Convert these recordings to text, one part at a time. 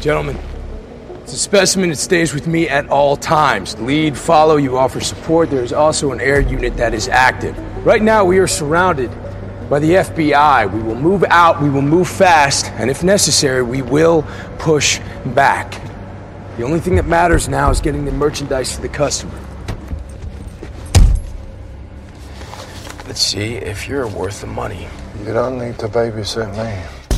Gentlemen, it's a specimen that stays with me at all times. Lead, follow, you offer support. There is also an air unit that is active. Right now, we are surrounded by the FBI. We will move out, we will move fast, and if necessary, we will push back. The only thing that matters now is getting the merchandise to the customer. Let's see if you're worth the money. You don't need to babysit me.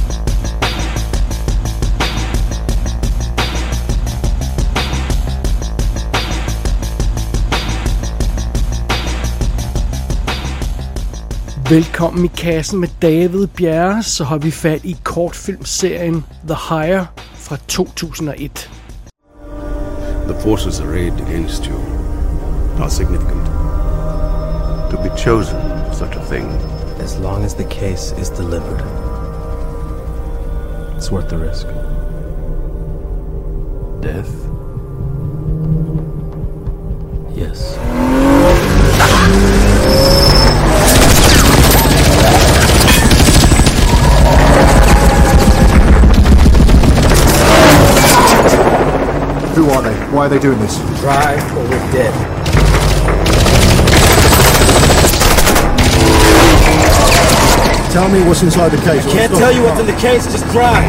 Velkommen i kassen med David Bjerre, så har vi fat i kortfilmserien The Hire fra 2001. The forces arrayed against you are significant. To be chosen for such a thing. As long as the case is delivered, it's worth the risk. Death? Yes. Who are they? Why are they doing this? Drive or we're dead. Tell me what's inside the case. Can't tell you what's in the case, just drive.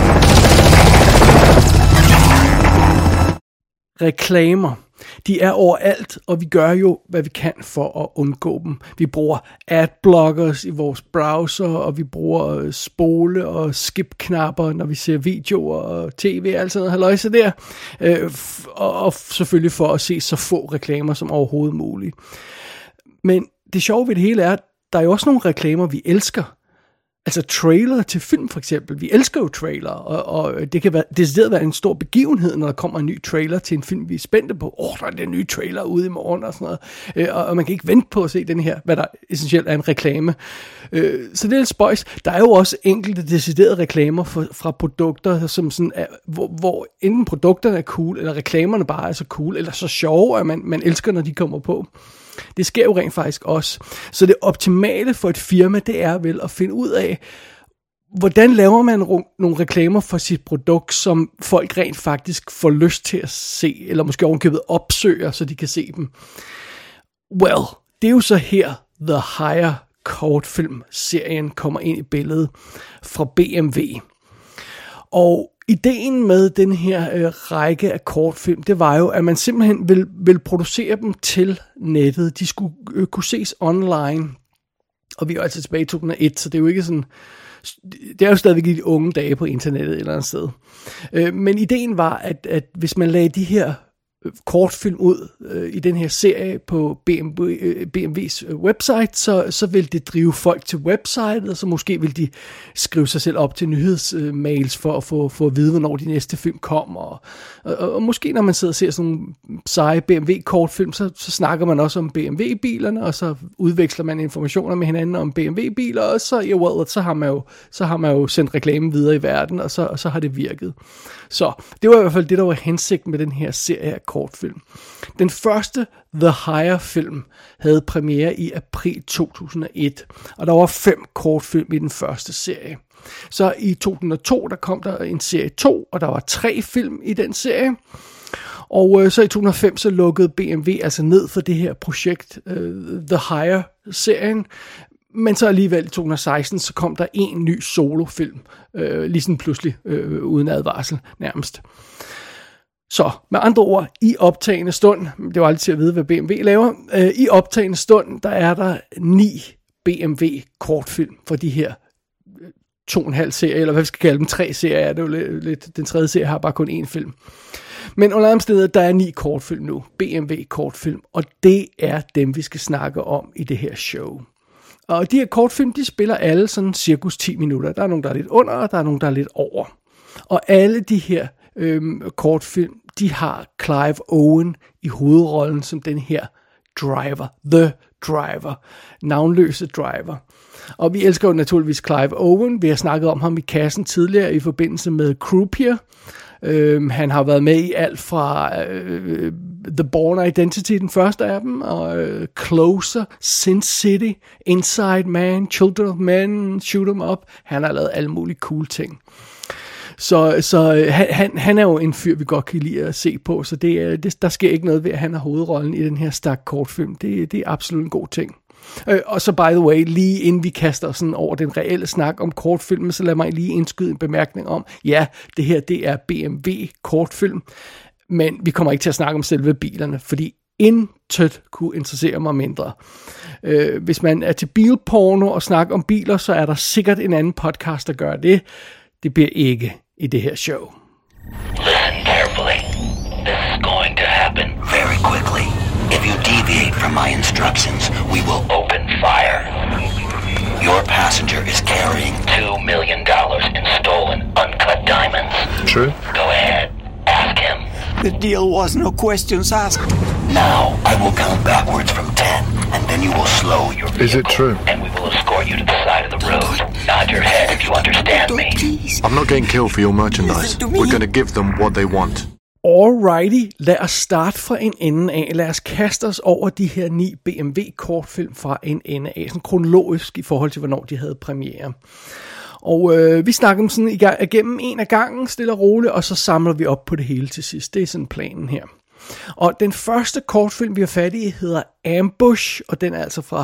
Reklamer. De er overalt, og vi gør jo, hvad vi kan for at undgå dem. Vi bruger adblockers i vores browser, og vi bruger spole- og skip-knapper, når vi ser videoer og tv, alt sådan noget halløjse der. Og selvfølgelig for at se så få reklamer som overhovedet muligt. Men det sjove ved det hele er, at der er jo også nogle reklamer, vi elsker. Altså trailer til film for eksempel. Vi elsker jo trailer, og det kan være en stor begivenhed, når der kommer en ny trailer til en film, vi er spændte på. Der er den nye trailer ude i morgen og sådan noget. Og man kan ikke vente på at se den her, hvad der essentielt er en reklame. Så det er lidt spøjs. Der er jo også enkelte deciderede reklamer fra produkter, som sådan er, hvor enten produkterne er cool, eller reklamerne bare er så cool, eller så sjove, at man elsker, når de kommer på. Det sker jo rent faktisk også. Så det optimale for et firma, det er vel at finde ud af, hvordan laver man nogle reklamer for sit produkt, som folk rent faktisk får lyst til at se, eller måske ovenkøbet opsøger, så de kan se dem. Well, det er jo så her, The Hire kortfilm-serien kommer ind i billedet fra BMW. Og ideen med den her række af kortfilm, det var jo, at man simpelthen vil producere dem til nettet. De skulle kunne ses online. Og vi er jo altså tilbage i 2001, så det er jo ikke sådan... Det er jo stadigvæk i de unge dage på internettet et eller andet sted. Men ideen var, at hvis man lagde de her kortfilm ud i den her serie på BMW's website, så vil det drive folk til websitet, og så måske vil de skrive sig selv op til nyhedsmails for at få at vide, hvornår de næste film kommer. Og måske når man sidder og ser sådan nogle seje BMW-kortfilm, så snakker man også om BMW-bilerne, og så udveksler man informationer med hinanden om BMW-biler, og så har man jo sendt reklamen videre i verden, og så har det virket. Så det var i hvert fald det, der var hensigten med den her serie af kortfilm. Den første The Hire-film havde premiere i april 2001, og der var 5 kortfilm i den første serie. Så i 2002, der kom der en serie 2, og der var 3 film i den serie. Og så i 2005, så lukkede BMW altså ned for det her projekt, The Hire-serien. Men så alligevel i 2016, så kom der en ny solofilm, lige sådan pludselig, uden advarsel nærmest. Så med andre ord, i optagende stund, det er jo altid til at vide, hvad BMW laver, i optagende stund, der er der 9 BMW-kortfilm for de her 2,5 serier, eller hvad vi skal kalde dem, 3 serier, det er jo lidt, den tredje serie har bare kun 1 film. Men under omstændigheder, der er 9 kortfilm nu, BMW-kortfilm, og det er dem, vi skal snakke om i det her show. Og de her kortfilm, de spiller alle sådan cirkus 10 minutter. Der er nogle, der er lidt under, og der er nogle, der er lidt over. Og alle de her kortfilm, de har Clive Owen i hovedrollen som den her driver, the driver, navnløse driver. Og vi elsker jo naturligvis Clive Owen. Vi har snakket om ham i kassen tidligere i forbindelse med Croupier. Han har været med i alt fra The Bourne Identity, den første af dem, og Closer, Sin City, Inside Man, Children of Men, Shoot 'em Up. Han har lavet alle mulige cool ting. Så han er jo en fyr, vi godt kan lide at se på, så der sker ikke noget ved, at han har hovedrollen i den her stak kortfilm. Det er absolut en god ting. Og så by the way, lige inden vi kaster os sådan over den reelle snak om kortfilm, så lad mig lige indskyde en bemærkning om, ja, det her det er BMW kortfilm, men vi kommer ikke til at snakke om selve bilerne, fordi intet kunne interessere mig mindre. Hvis man er til bilporno og snakker om biler, så er der sikkert en anden podcast, der gør det. Det bliver ikke i det her show. Listen carefully. This is going to happen very quickly. If you deviate from my instructions, we will open fire. Your passenger is carrying $2 million in stolen, uncut diamonds. True. Go ahead. Ask him. The deal was no questions asked. Now, I will count backwards from 10, and then you will slow your vehicle. Is it true? And we will escort you to the side of the road. Nod your head if you understand me. Please. I'm not getting killed for your merchandise. Listen to me. We're going to give them what they want. Alrighty, lad os starte fra en ende af. Lad os kaste os over de her 9 BMW-kortfilm fra en ende af, sådan kronologisk i forhold til, hvornår de havde premiere. Og vi snakker dem sådan igennem en af gangen, stille og roligt, og så samler vi op på det hele til sidst. Det er sådan planen her. Og den første kortfilm, vi har fat i, hedder Ambush, og den er altså fra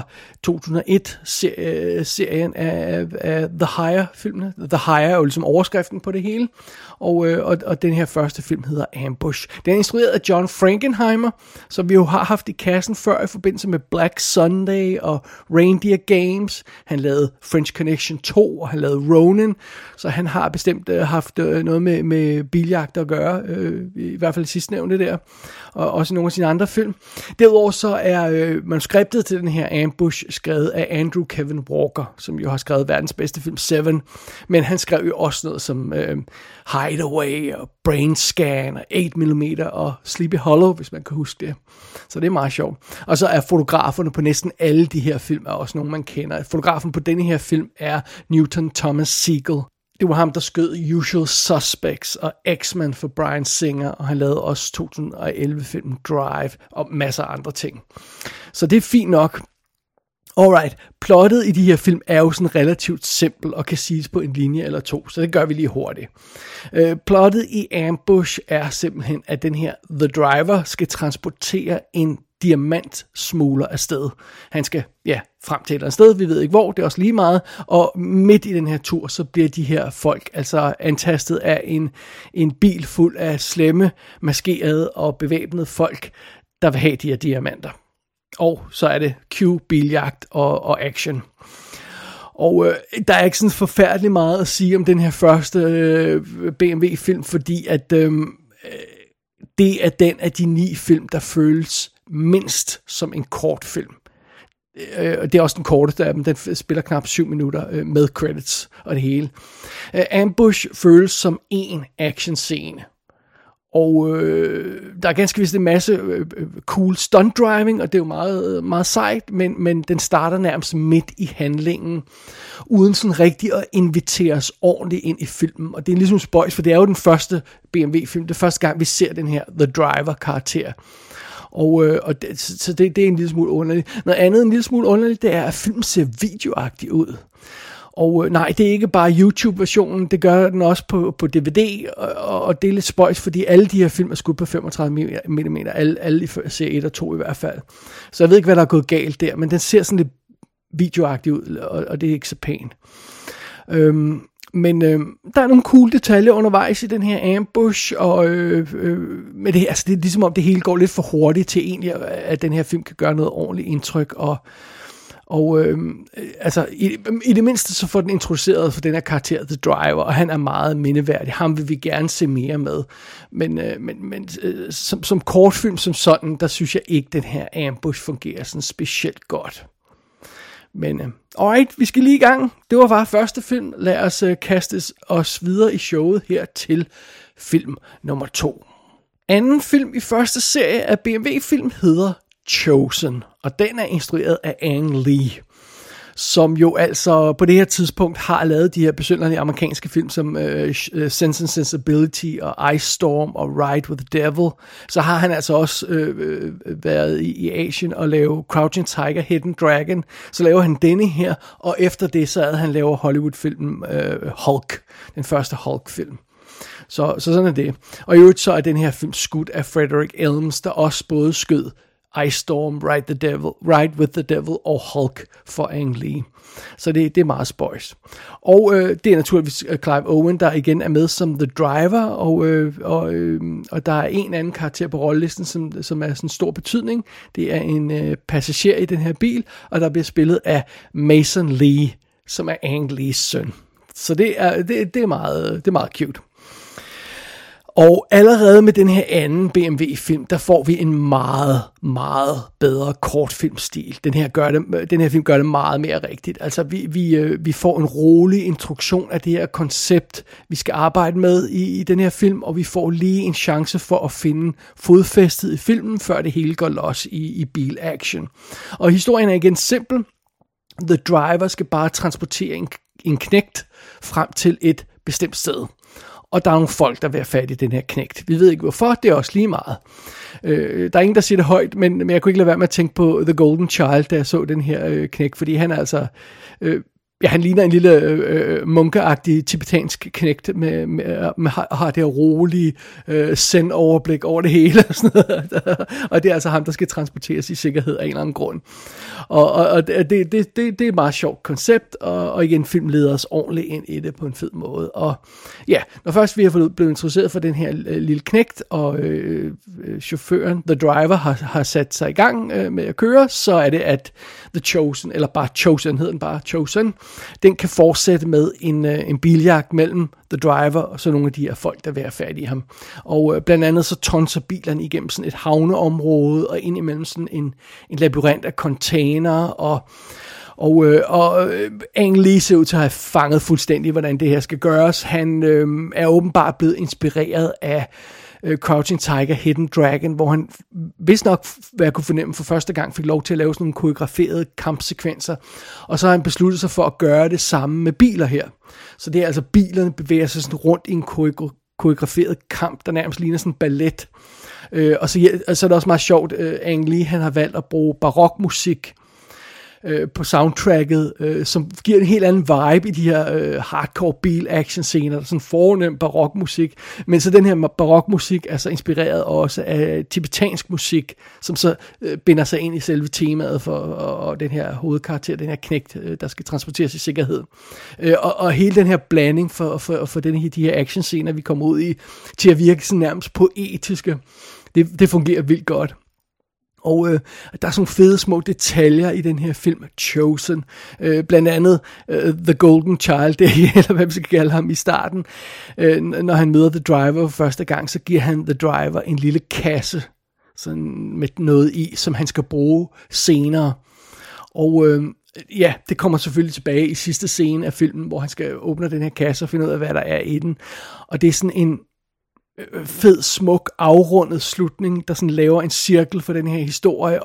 2001-serien af The Hire-filmene. The Hire er jo ligesom overskriften på det hele, og den her første film hedder Ambush. Den er instrueret af John Frankenheimer, som vi jo har haft i kassen før i forbindelse med Black Sunday og Reindeer Games. Han lavede French Connection 2, og han lavede Ronin, så han har bestemt haft noget med biljagt at gøre, i hvert fald sidst nævnte der, og også nogle af sine andre film. Derudover så er manuskriptet til den her Ambush skrevet af Andrew Kevin Walker, som jo har skrevet verdens bedste film Seven, men han skrev jo også noget som Hideaway og Brain Scan og 8mm og Sleepy Hollow, hvis man kan huske det. Så det er meget sjovt. Og så er fotograferne på næsten alle de her film er også nogle, man kender. Fotografen på denne her film er Newton Thomas Sigel. Det var ham, der skød Usual Suspects og X-Men for Bryan Singer, og han lavede også 2011-filmen Drive og masser af andre ting. Så det er fint nok. Alright, plottet i de her film er jo sådan relativt simpelt og kan siges på en linje eller to, så det gør vi lige hurtigt. Plottet i Ambush er simpelthen, at den her The Driver skal transportere en diamantsmugler afsted. Han skal, frem til et eller andet sted, vi ved ikke hvor, det er også lige meget, og midt i den her tur, så bliver de her folk altså antastet af en bil fuld af slemme, maskerede og bevæbnede folk, der vil have de her diamanter. Og så er det biljagt og action. Og der er ikke sådan forfærdeligt meget at sige om den her første BMW-film, fordi at det er den af de 9 film, der føles mindst som en kortfilm. Det er også den korteste af dem, den spiller knap 7 minutter med credits og det hele. Ambush føles som en actionscene. Og der er ganske vist en masse cool stunt driving, og det er jo meget, meget sejt, men den starter nærmest midt i handlingen, uden sådan rigtig at invitere os ordentligt ind i filmen. Og det er ligesom spøjs, for det er jo den første BMW-film, det er første gang, vi ser den her The Driver-karakter. Så det er en lille smule underligt. Noget andet en lille smule underligt, det er, at filmen ser videoagtig ud. Og nej, det er ikke bare YouTube-versionen, det gør den også på DVD, og det er lidt spøjs, fordi alle de her film er skudt på 35mm, alle i serie 1 og 2 i hvert fald. Så jeg ved ikke, hvad der er gået galt der, men den ser sådan lidt videoagtig ud, og det er ikke så pænt. Men der er nogle cool detaljer undervejs i den her Ambush, og med det, altså det er ligesom om det hele går lidt for hurtigt til egentlig, at den her film kan gøre noget ordentligt indtryk, og altså i det mindste så får den introduceret for den her karakter The Driver, og han er meget mindeværdig. Ham vil vi gerne se mere med. Men som kortfilm som sådan, der synes jeg ikke, den her Ambush fungerer sådan specielt godt. Men alright, vi skal lige i gang. Det var bare første film. Lad os kaste os videre i showet her til film nummer 2. Anden film i første serie af BMW-film hedder Chosen, og den er instrueret af Ang Lee, som jo altså på det her tidspunkt har lavet de her besynderlige amerikanske film som Sense and Sensibility og Ice Storm og Ride with the Devil. Så har han altså også været i Asien og lavet Crouching Tiger, Hidden Dragon. Så laver han denne her, og efter det så han laver Hollywood-filmen Hulk, den første Hulk-film. Så sådan er det. Og i øvrigt så er den her film skudt af Frederick Elms, der også både skød Ice Storm, Ride with the Devil og Hulk for Ang Lee. Så det er meget spøjs. Og det er naturligvis Clive Owen, der igen er med som The Driver, og der er en anden karakter på rollelisten, som er sådan stor betydning. Det er en passager i den her bil, og der bliver spillet af Mason Lee, som er Ang Lees søn. Så det er meget cute. Og allerede med den her anden BMW-film, der får vi en meget, meget bedre kortfilmstil. Den her film gør det meget mere rigtigt. Altså, vi får en rolig introduktion af det her koncept, vi skal arbejde med i den her film, og vi får lige en chance for at finde fodfæstet i filmen, før det hele går los i bilaction. Og historien er igen simpel. The Driver skal bare transportere en knægt frem til et bestemt sted. Og der er nogle folk, der vil have fat i den her knægt. Vi ved ikke hvorfor, det er også lige meget. Der er ingen, der siger det højt, men jeg kunne ikke lade være med at tænke på The Golden Child, da jeg så den her knægt, fordi han er altså... han ligner en lille munkeagtig tibetansk knægt med har det her rolige zen-overblik over det hele. Og, sådan noget. Og det er altså ham, der skal transporteres i sikkerhed af en eller anden grund. Og det er et meget sjovt koncept, og igen, film leder os ordentligt ind i det på en fed måde. Og ja, når først vi har blevet introduceret for den her lille knægt, og chaufføren, The Driver, har sat sig i gang med at køre, så er det, at The Chosen, eller bare Chosen, hedder den bare Chosen, den kan fortsætte med en biljagt mellem The Driver og så nogle af de her folk, der vil have fat i ham. Og blandt andet så tonser bilerne igennem sådan et havneområde og ind imellem sådan en labyrint af container, og Ang Lee ser ud til at have fanget fuldstændig, hvordan det her skal gøres. Han er åbenbart blevet inspireret af Crouching Tiger, Hidden Dragon, hvor han vist nok, hvad jeg kunne fornemme, for første gang fik lov til at lave sådan nogle koreograferede kampsekvenser, og så har han besluttet sig for at gøre det samme med biler her. Så det er altså, bilerne bevæger sig sådan rundt i en koreograferet kamp, der nærmest ligner sådan en ballet. Og så er det også meget sjovt, Ang Lee, han har valgt at bruge barokmusik på soundtracket, som giver en helt anden vibe i de her hardcore bil-action-scener, sådan fornem barokmusik, men så den her barokmusik er så inspireret også af tibetansk musik, som så binder sig ind i selve temaet for og den her hovedkarakter, den her knægt, der skal transporteres i sikkerhed. Og hele den her blanding for de her action-scener, vi kommer ud i, til at virke sådan nærmest poetiske, det fungerer vildt godt. Og der er sådan fede små detaljer i den her film, Chosen. Blandt andet The Golden Child, eller hvad man skal kalde ham i starten. Når han møder The Driver for første gang, så giver han The Driver en lille kasse sådan med noget i, som han skal bruge senere. Og ja, det kommer selvfølgelig tilbage i sidste scene af filmen, hvor han skal åbne den her kasse og finde ud af, hvad der er i den. Og det er sådan en fed, smuk, afrundet slutning, der sådan laver en cirkel for den her historie,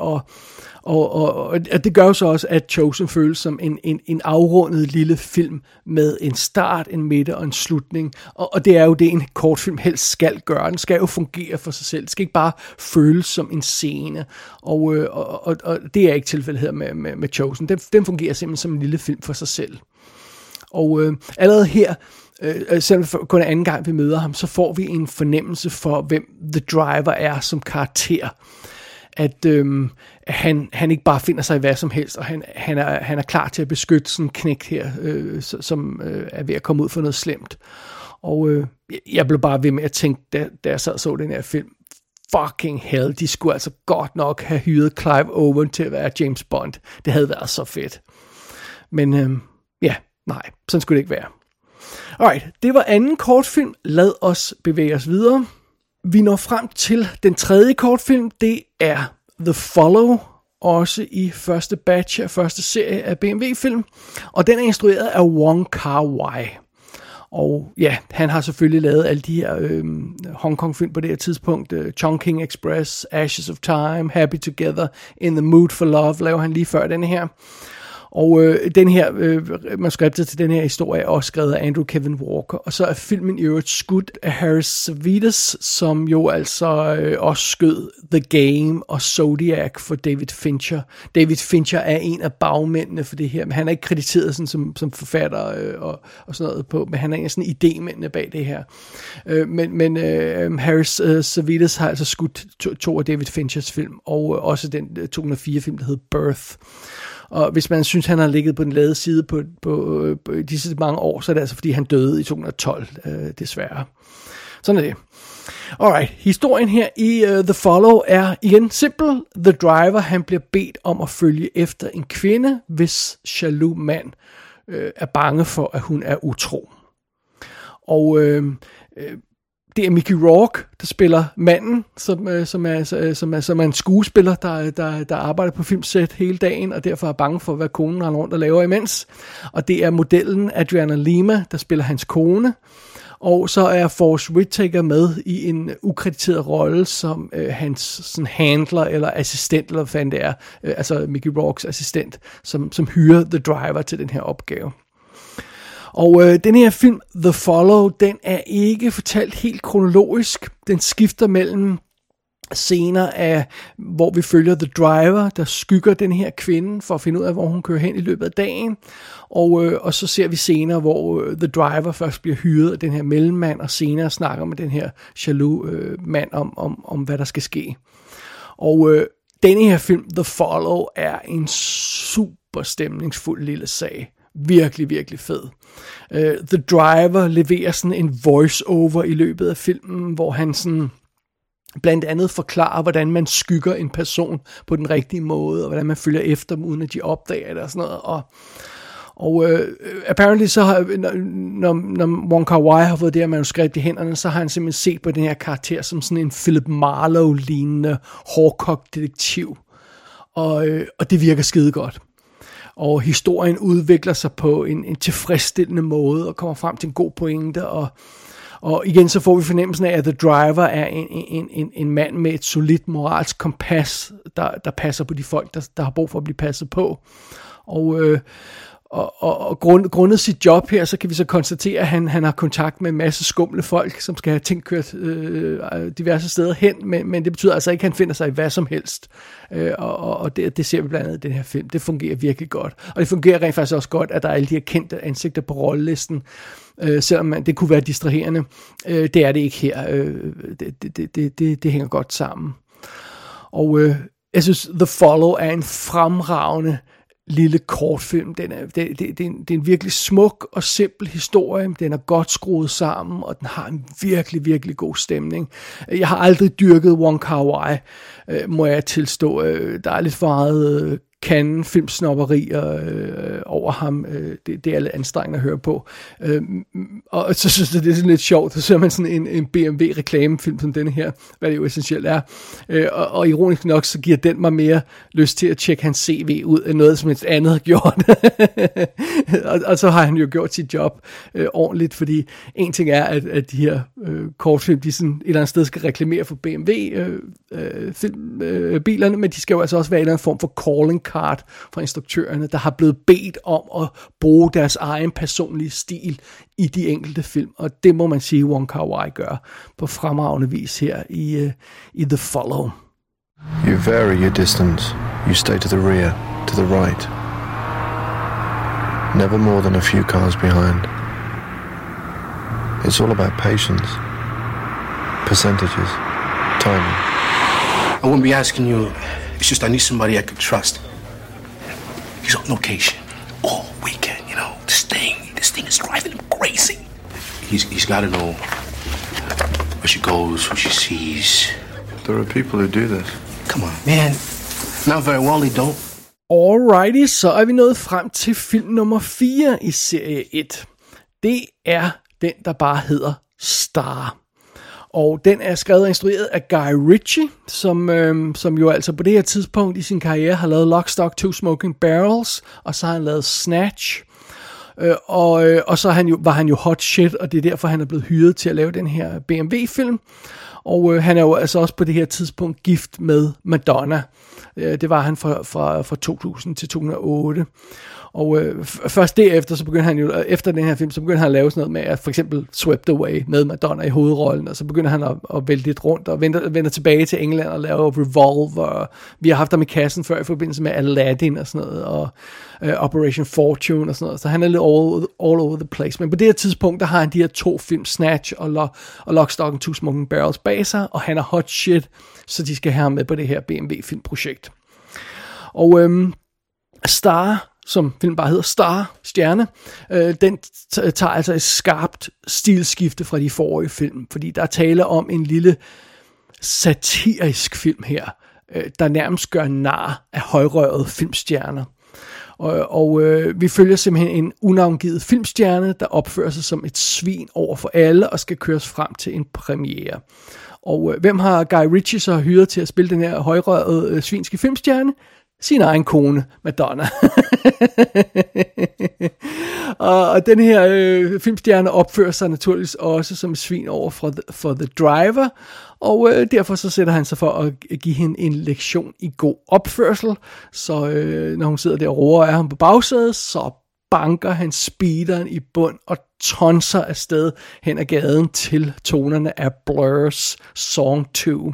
og det gør jo så også, at Chosen føles som en afrundet lille film med en start, en midte og en slutning, og det er jo det, en kortfilm helst skal gøre. Den skal jo fungere for sig selv. Det skal ikke bare føles som en scene, og det er ikke tilfældet her med Chosen. Den fungerer simpelthen som en lille film for sig selv. Og allerede her, selvom det kun er anden gang, vi møder ham, så får vi en fornemmelse for, hvem The Driver er som karakter. At han ikke bare finder sig i hvad som helst, og han er klar til at beskytte sådan en knægt her, som er ved at komme ud for noget slemt. Og jeg blev bare ved med at tænke, da jeg så den her film, fucking hell, de skulle altså godt nok have hyret Clive Owen til at være James Bond. Det havde været så fedt. Men nej, sådan skulle det ikke være. Alright, det var anden kortfilm. Lad os bevæge os videre. Vi når frem til den tredje kortfilm. Det er The Follow, også i første batch af første serie af BMW-film. Og den er instrueret af Wong Kar-wai. Og ja, han har selvfølgelig lavet alle de her Hong Kong-film på det her tidspunkt. Chongqing Express, Ashes of Time, Happy Together, In the Mood for Love, laver han lige før denne her. Og den her manuskriptet til den her historie er også skrevet af Andrew Kevin Walker, og så er filmen i øvrigt skudt af Harris Savides, som jo altså også skød The Game og Zodiac for David Fincher. David Fincher er en af bagmændene for det her, men han er ikke krediteret sådan som forfatter og sådan noget på, men han er en af sådan idémændene bag det her. Men Harris Savides har altså skudt to af David Finchers film, og også den 2004-film, der hed Birth. Og hvis man synes, han har ligget på den lade side på disse mange år, så er det altså, fordi han døde i 2012, desværre. Sådan er det. Alright, historien her i The Follow er igen simpel. The Driver, han bliver bedt om at følge efter en kvinde, hvis jaloux mand er bange for, at hun er utro. Og det er Mickey Rourke, der spiller manden, som er en skuespiller, der arbejder på filmsæt hele dagen, og derfor er bange for, hvad konen har rundt og laver imens. Og det er modellen Adriana Lima, der spiller hans kone. Og så er Forrest Whitaker med i en ukrediteret rolle som hans sådan handler eller assistent, eller hvad fanden det er. Altså Mickey Rourkes assistent, som hyrer The Driver til den her opgave. Og den her film, The Follow, den er ikke fortalt helt kronologisk. Den skifter mellem scener af, hvor vi følger The Driver, der skygger den her kvinde for at finde ud af, hvor hun kører hen i løbet af dagen. Og så ser vi scener, hvor The Driver først bliver hyret af den her mellemmand, og senere snakker med den her jaloux mand om, hvad der skal ske. Og denne her film, The Follow, er en super stemningsfuld lille sag. Virkelig, virkelig fed. The Driver leverer sådan en voice-over i løbet af filmen, hvor han sådan blandt andet forklarer, hvordan man skygger en person på den rigtige måde, og hvordan man følger efter dem, uden at de opdager det og sådan noget. Og apparently så har, når Wong Kar-wai har fået det her manuskript i hænderne, så har han simpelthen set på den her karakter som sådan en Philip Marlowe-lignende hårdkogt detektiv. Og det virker skide godt. Og historien udvikler sig på en tilfredsstillende måde og kommer frem til en god pointe. Og igen så får vi fornemmelsen af, at The Driver er en mand med et solidt moralsk kompas, der passer på de folk, der har brug for at blive passet på. Og grundet sit job her, så kan vi så konstatere, at han har kontakt med en masse skumle folk, som skal have ting kørt diverse steder hen, men det betyder altså ikke, at han finder sig i hvad som helst. Og det ser vi blandt andet i den her film. Det fungerer virkelig godt. Og det fungerer rent faktisk også godt, at der er alle de her kendte ansigter på rollelisten, selvom det kunne være distraherende. Det er det ikke her. Det hænger godt sammen. Og jeg synes, The Follow er en fremragende lille kortfilm. Det er en virkelig smuk og simpel historie. Den er godt skruet sammen, og den har en virkelig, virkelig god stemning. Jeg har aldrig dyrket Wong Kar-wai, må jeg tilstå. Der er lidt for meget filmsnopperi over ham. Det er lidt anstrengende at høre på. Og så synes jeg, det er sådan lidt sjovt. Så ser man sådan en BMW-reklamefilm som denne her, hvad det jo essentielt er. Og ironisk nok, så giver den mig mere lyst til at tjekke hans CV ud, end noget, som et andet har gjort. og så har han jo gjort sit job ordentligt, fordi en ting er, at de her kortfilm, de sådan et eller andet sted skal reklamere for BMW-bilerne, men de skal jo altså også være en eller anden form for calling card fra instruktørerne, der har blevet bedt om at bruge deres egen personlige stil i de enkelte film, og det må man sige, Wong Kar-wai gør på fremragende vis her i The Follow. You vary your distance. You stay to the rear, to the right. Never more than a few cars behind. It's all about patience. Percentages. Timing. I wouldn't be asking you. It's just I need somebody I can trust. He's on location all weekend, you know. This thing is driving him crazy. He's got to know where she goes, who she sees. There are people who do this. Come on, man. Not very well, they don't. Alrighty, så er vi nået frem til film nummer 4 i serie 1. Det er den, der bare hedder Star. Og den er skrevet og instrueret af Guy Ritchie, som jo altså på det her tidspunkt i sin karriere har lavet Lock, Stock, Two Smoking Barrels, og så har han lavet Snatch. Og så var han jo hot shit, og det er derfor, han er blevet hyret til at lave den her BMW-film. Og han er jo altså også på det her tidspunkt gift med Madonna. Det var han fra 2000 til 2008. Og først derefter, så begynder han jo, efter den her film, så begynder han at lave sådan noget med, at for eksempel Swept Away med Madonna i hovedrollen, og så begynder han at vælte lidt rundt, og vender tilbage til England og laver Revolver, og vi har haft ham i kassen før i forbindelse med Aladdin og sådan noget, og Operation Fortune og sådan noget, så han er lidt all over the place. Men på det her tidspunkt, der har han de her 2 film, Snatch og Lock, Stock and Two Smoking Barrels bag sig, og han er hot shit, så de skal have ham med på det her BMW-filmprojekt. Og Star, som filmen bare hedder Star, stjerne, den tager altså et skarpt stilskifte fra de forrige film, fordi der er tale om en lille satirisk film her, der nærmest gør nar af højrøvede filmstjerner. Og vi følger simpelthen en unavngivet filmstjerne, der opfører sig som et svin over for alle og skal køres frem til en premiere. Og hvem har Guy Ritchie så hyret til at spille den her højrøvede svinske filmstjerne? Sin egen kone, Madonna. Og den her filmstjerne opfører sig naturligvis også som svin over for The Driver, og derfor så sætter han sig for at give hende en lektion i god opførsel, så når hun sidder der og roer af ham på bagsædet, så banker han speederen i bund og tonser afsted hen ad gaden til tonerne af Blurs Song 2.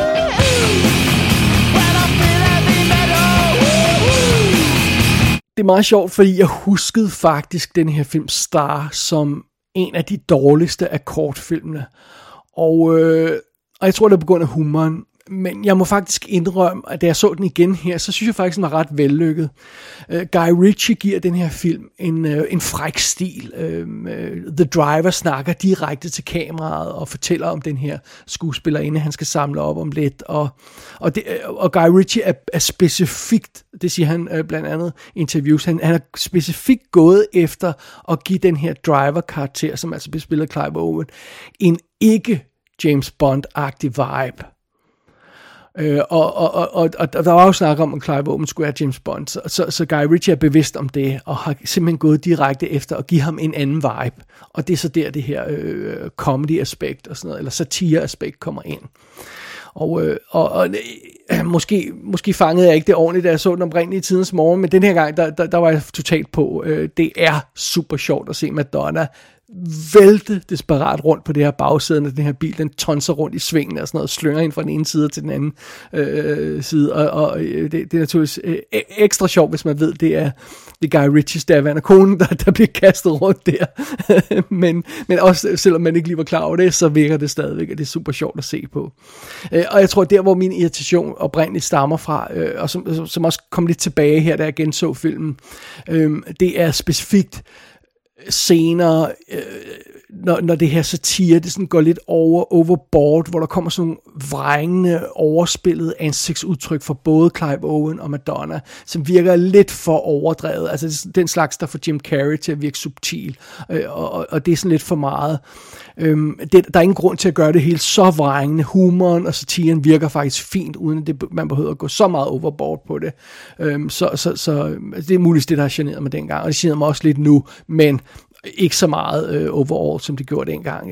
Det er meget sjovt, fordi jeg huskede faktisk den her film Star som en af de dårligste af kortfilmene. Og jeg tror, det er på grund af humoren. Men jeg må faktisk indrømme, at da jeg så den igen her, så synes jeg faktisk, den var ret vellykket. Guy Ritchie giver den her film en fræk stil. The Driver snakker direkte til kameraet og fortæller om den her skuespillerinde, han skal samle op om lidt. Og Guy Ritchie er specifikt, det siger han blandt andet i interviews, han er specifikt gået efter at give den her Driver-karakter, som altså bespiller Clive Owen, en ikke James Bond-agtig vibe. Og der var jo snak om, at Clive Owen skulle være James Bond, så Guy Ritchie er bevidst om det, og har simpelthen gået direkte efter at give ham en anden vibe, og det er så der det her comedy-aspekt og sådan noget, eller satire-aspekt kommer ind. Og måske fangede jeg ikke det ordentligt, da jeg så den oprindelige tidens morgen, men den her gang, der var jeg totalt på. Det er super sjovt at se Madonna vælte desperat rundt på det her bagsæde, når den her bil, den tonser rundt i svingen og sådan noget, slynger ind fra den ene side til den anden side, og det er naturligvis ekstra sjovt, hvis man ved, det er Guy Ritchies daværende kone, der bliver kastet rundt der, men også, selvom man ikke lige var klar over det, så virker det stadigvæk, og det er super sjovt at se på. Og jeg tror, der hvor min irritation oprindeligt stammer fra, og som også kom lidt tilbage her, da jeg genså filmen, det er specifikt scener, når det her satire, det sådan går lidt overboard, hvor der kommer sådan nogle vrængende, overspillede ansigtsudtryk for både Clive Owen og Madonna, som virker lidt for overdrevet. Altså den slags, der får Jim Carrey til at virke subtil, og det er sådan lidt for meget. Der er ingen grund til at gøre det helt så vrængende. Humoren og satiren virker faktisk fint, uden at man behøver at gå så meget overboard på det. Så det er muligvis det, der har generet mig dengang, og det generer mig også lidt nu, men ikke så meget overall, som det gjorde dengang.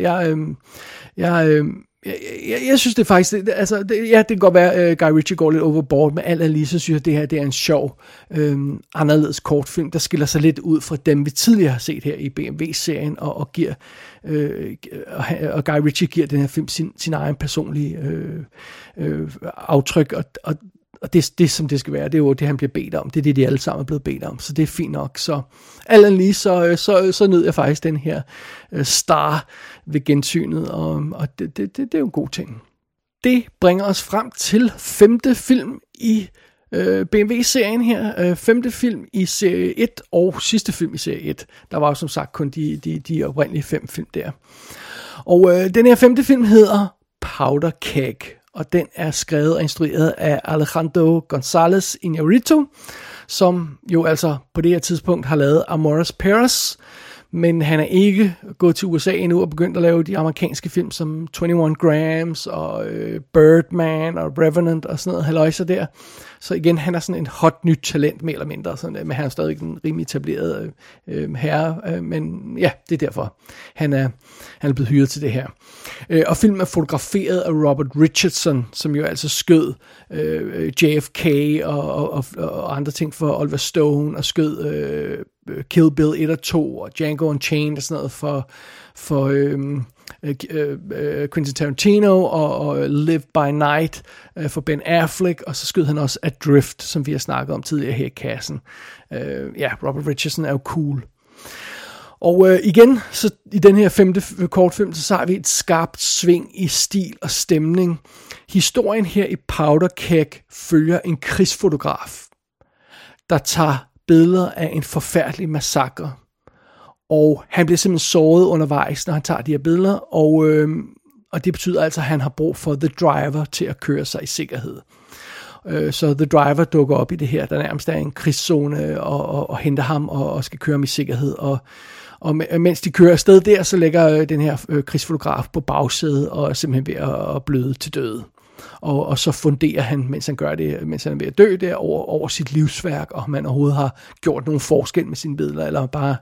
Jeg synes det faktisk, det kan godt være, Guy Ritchie går lidt overboard, men alt lige, så synes jeg, at det her det er en sjov, anderledes kortfilm, der skiller sig lidt ud fra dem, vi tidligere har set her i BMW-serien, og giver, og Guy Ritchie giver den her film sin egen personlige aftryk, og det som det skal være, det er jo det, han bliver bedt om. Det er det, de alle sammen er blevet bedt om. Så det er fint nok. Så alt lige, så nød jeg faktisk den her Star ved gensynet, og det er jo en god ting. Det bringer os frem til 5. film i BMW-serien her. 5. film i serie 1 og sidste film i serie 1. Der var jo som sagt kun de oprindelige 5 film der. Og den her 5. film hedder Powder Keg, og den er skrevet og instrueret af Alejandro González Iñárritu, som jo altså på det her tidspunkt har lavet Amores Perros, Men han er ikke gået til USA endnu og begyndt at lave de amerikanske film som 21 Grams og Birdman og Revenant og sådan noget halløjser der. Så igen, han er sådan en hot nyt talent, mere eller mindre, sådan, men han er stadig en rimelig etableret herre, men ja, det er derfor, han er blevet hyret til det her. Og filmen er fotograferet af Robert Richardson, som jo altså skød JFK og andre ting for Oliver Stone, og skød Kill Bill 1 og 2, og Django Unchained og sådan noget for Quentin Tarantino, og Live by Night for Ben Affleck, og så skød han også Adrift, som vi har snakket om tidligere her i kassen. Robert Richardson er jo cool. Og igen, så i den her 5. kortfilm, så har vi et skarpt sving i stil og stemning. Historien her i Powder Keg følger en krigsfotograf, der tager billeder af en forfærdelig massakre. Og han bliver simpelthen såret undervejs, når han tager de her billeder, og det betyder altså, at han har brug for The Driver til at køre sig i sikkerhed. Så The Driver dukker op i det her, der nærmest er en krigszone, og henter ham og skal køre ham i sikkerhed. Og mens de kører afsted der, så lægger den her krigsfotograf på bagsædet og er simpelthen ved at bløde til døde. Og så funderer han, mens han gør det, mens han er ved at dø der, over sit livsværk, og om han overhovedet har gjort nogen forskel med sine billeder, eller bare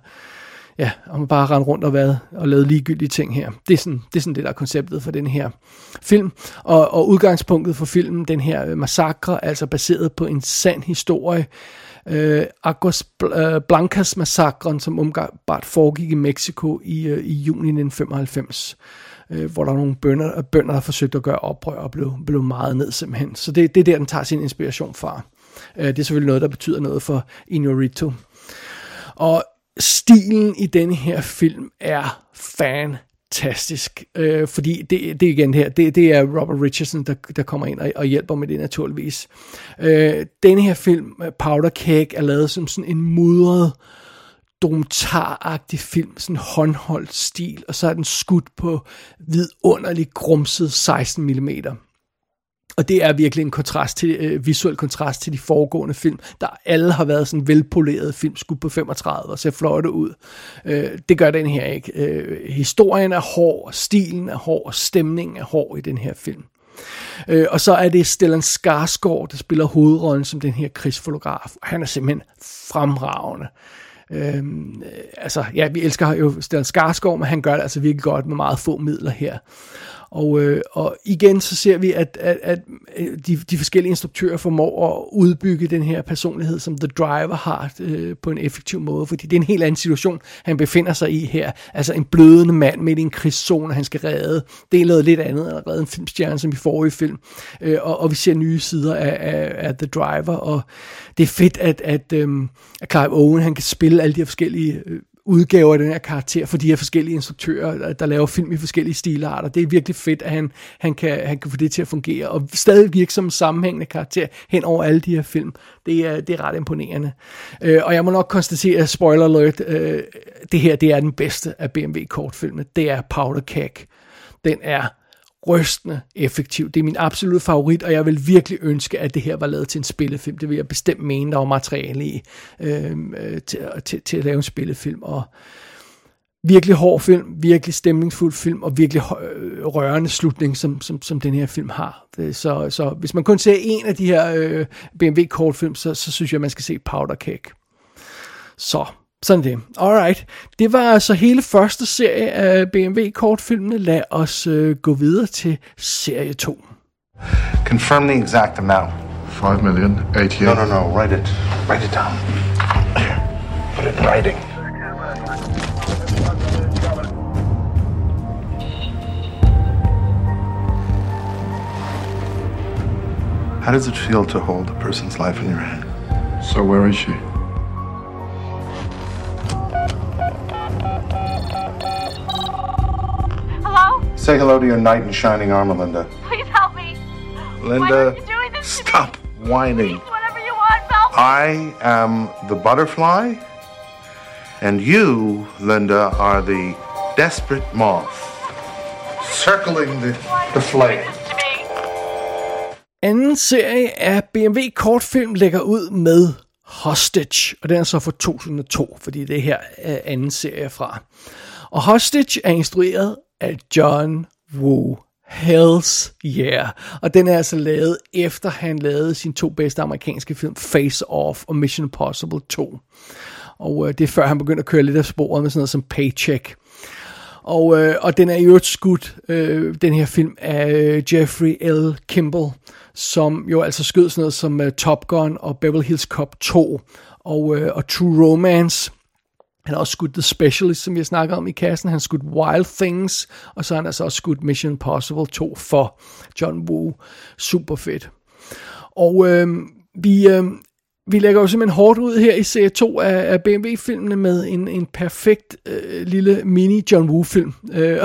rendt rundt og lavet ligegyldige ting her. Det er sådan det, der er konceptet for den her film. Og udgangspunktet for filmen, den her massakre, altså baseret på en sand historie. Aguas Blancas massakren, som umiddelbart foregik i Mexico i juni 1995. Hvor der er nogle bønder, der forsøgte at gøre oprør og blev meget ned simpelthen. Så det er der, den tager sin inspiration fra. Det er selvfølgelig noget, der betyder noget for Inarritu. Og stilen i denne her film er fantastisk, fordi det igen her, det er Robert Richardson, der kommer ind og hjælper med det naturligvis. Denne her film, Powder Keg, er lavet som sådan en mudret, dokumentaragtig film, sådan håndholdt stil, og så er den skudt på vidunderligt grumset 16 mm. Og det er virkelig en visuel kontrast til de foregående film, der alle har været sådan velpolerede film, skudt på 35 og ser flotte ud. Det gør den her ikke. Historien er hård, stilen er hård, stemningen er hård i den her film. Og så er det Stellan Skarsgård, der spiller hovedrollen som den her krigsfotograf. Han er simpelthen fremragende. Vi elsker jo Stellan Skarsgård, men han gør det altså virkelig godt med meget få midler her. Og igen så ser vi, at de forskellige instruktører formår at udbygge den her personlighed, som The Driver har på en effektiv måde, fordi det er en helt anden situation, han befinder sig i her. Altså en blødende mand midt i en krigszone, han skal redde. Det er noget lidt andet end at redde en filmstjerne, som i forrige film. Og vi ser nye sider af The Driver, og det er fedt, at Clive Owen, han kan spille alle de her forskellige udgaver af den her karakter for de her forskellige instruktører, der laver film i forskellige stilarter. Det er virkelig fedt, at han kan få det til at fungere, og stadig virke som en sammenhængende karakter hen over alle de her film. Det er ret imponerende. Og jeg må nok konstatere, spoiler alert, det her, det er den bedste af BMW-kortfilmene. Det er Powder Keg. Den er rystende effektiv. Det er min absolut favorit, og jeg vil virkelig ønske, at det her var lavet til en spillefilm. Det vil jeg bestemt mene, der var materiale i til at lave en spillefilm. Og virkelig hård film, virkelig stemningsfuld film, og virkelig rørende slutning, som den her film har. Så hvis man kun ser en af de her BMW-kortfilm, så synes jeg, man skal se Powder Keg. Sådan det. Alright. Det var altså hele første serie af BMW-kortfilmene. Lad os gå videre til serie 2. Confirm the exact amount. 5,088,000. No. Write it down. Here. Put it in writing. How does it feel to hold a person's life in your hand? So where is she? Say hello to your knight in shining armor, Linda. Please help me. Linda, why are you doing this stop whining. Please, whatever you want, help me. I am the butterfly, and you, Linda, are the desperate moth circling the flame. Anden serie af BMW kortfilm lægger ud med Hostage, og den er så fra 2002, fordi det her er anden serie fra. Og Hostage er instrueret af John Woo. Hells yeah. Og den er altså lavet efter han lavede sine 2 bedste amerikanske film, Face Off og Mission Impossible 2. Og det er før han begyndte at køre lidt af sporet med sådan noget som Paycheck. Og den er i øvrigt skudt, den her film, af Jeffrey L. Kimball, som jo altså skød sådan noget som Top Gun og Beverly Hills Cop 2 og True Romance. Han har også skudt The Specialist, som jeg snakker om i kassen. Han har skudt Wild Things, og så har han altså også skudt Mission Impossible 2 for John Woo. Super fedt. Og vi lægger jo simpelthen hårdt ud her i serie 2 af BMW-filmene med en perfekt lille mini-John Woo-film.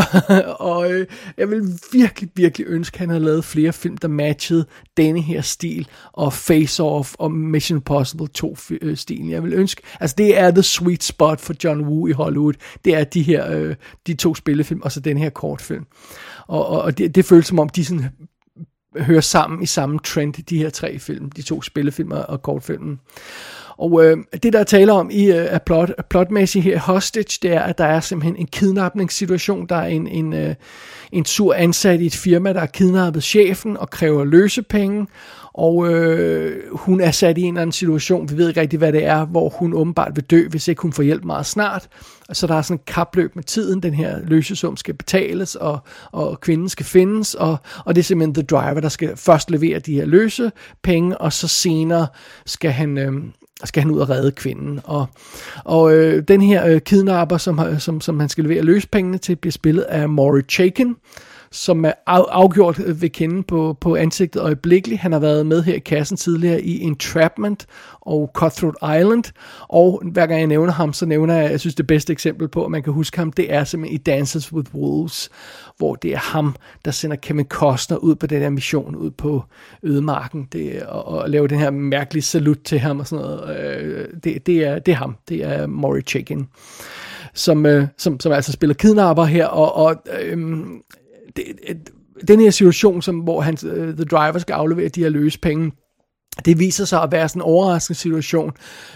Jeg vil virkelig, virkelig ønske, at han havde lavet flere film, der matchede denne her stil, og Face Off og Mission Impossible 2-stilen. Jeg vil ønske, altså det er the sweet spot for John Woo i Hollywood. Det er de her, de 2 spillefilm, og så den her kortfilm. Og det føles som om, de sådan hører sammen i samme trend, de her 3 film, de 2 spillefilmer og kortfilmen. Og det der taler om i plotmæssigt her Hostage, det er, at der er simpelthen en kidnapningssituation. Der er en sur ansat i et firma, der har kidnappet chefen og kræver løsepenge, og hun er sat i en eller anden situation, vi ved ikke rigtig, hvad det er, hvor hun åbenbart vil dø, hvis ikke hun får hjælp meget snart. Så der er sådan en kapløb med tiden, den her løsesum skal betales, og kvinden skal findes, og det er simpelthen The Driver, der skal først levere de her løsepenge, og så senere skal han ud og redde kvinden. Og den her kidnapper, som han skal levere løspengene til, bliver spillet af Maury Chaykin, som er afgjort ved kende på ansigtet øjeblikkeligt. Han har været med her i kassen tidligere i Entrapment og Cutthroat Island, og hver gang jeg nævner ham, så nævner jeg synes det bedste eksempel på, at man kan huske ham, det er simpelthen i Dances with Wolves, hvor det er ham, der sender Kevin Costner ud på den her mission, ud på ødemarken, og lave den her mærkelige salut til ham og sådan noget. Det er ham, det er Maury Chaykin, som altså spiller kidnapper her, den her situation, hvor The Driver skal aflevere de her løsepenge, det viser sig at være sådan en overraskende situation,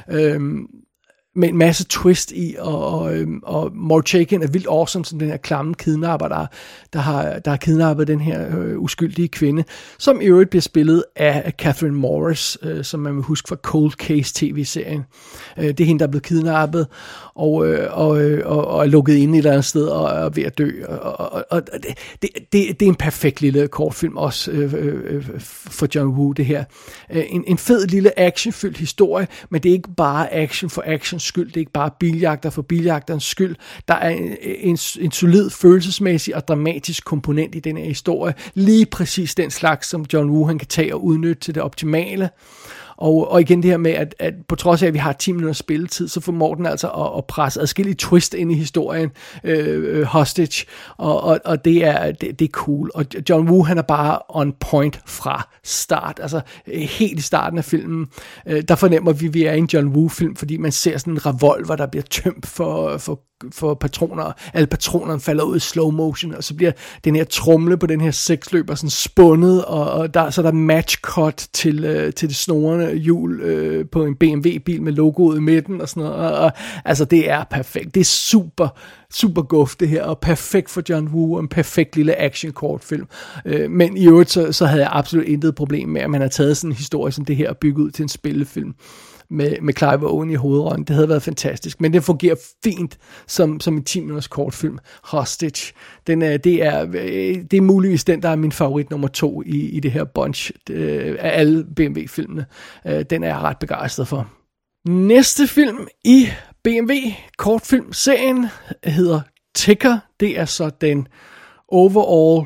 med en masse twist i, og Maury Chaykin er vildt awesome, som den her klamme kidnapper, der har kidnappet den her uskyldige kvinde, som i øvrigt bliver spillet af Catherine Morris, som man vil huske fra Cold Case tv-serien. Det er hende, der er blevet kidnappet, og er lukket inde et eller andet sted, og er ved at dø. Det er en perfekt lille kortfilm, også for John Woo, det her. En fed lille actionfyldt historie, men det er ikke bare action for actions skyld, det er ikke bare biljagter for biljagterens skyld. Der er en solid følelsesmæssig og dramatisk komponent i den her historie. Lige præcis den slags, som John Woo han kan tage og udnytte til det optimale. Og igen det her med, at på trods af, at vi har 10 minutter spilletid, så formår den altså at presse adskillige twist ind i historien, Hostage, og det er cool. Og John Woo, han er bare on point fra start, altså helt i starten af filmen, der fornemmer vi er i en John Woo-film, fordi man ser sådan en revolver, der bliver tømt for patroner. Alle patronerne falder ud i slow motion, og så bliver den her tromle på den her seksløber sådan spundet, og så er der match cut til det snorende hjul på en BMW-bil med logoet i midten og sådan noget. Og altså det er perfekt. Det er super super guf det her, og perfekt for John Woo, en perfekt lille action-kortfilm. Men i øvrigt, så havde jeg absolut intet problem med, at man har taget sådan en historie som det her og bygget ud til en spillefilm med Clive Owen i hovedrollen. Det havde været fantastisk, men det fungerer fint som en 10 minutters kortfilm. Hostage, det er muligvis den, der er min favorit nummer 2 i det her bunch af alle BMW-filmene. Den er jeg ret begejstret for. Næste film i BMW kortfilmserien hedder Ticker. Det er så den overall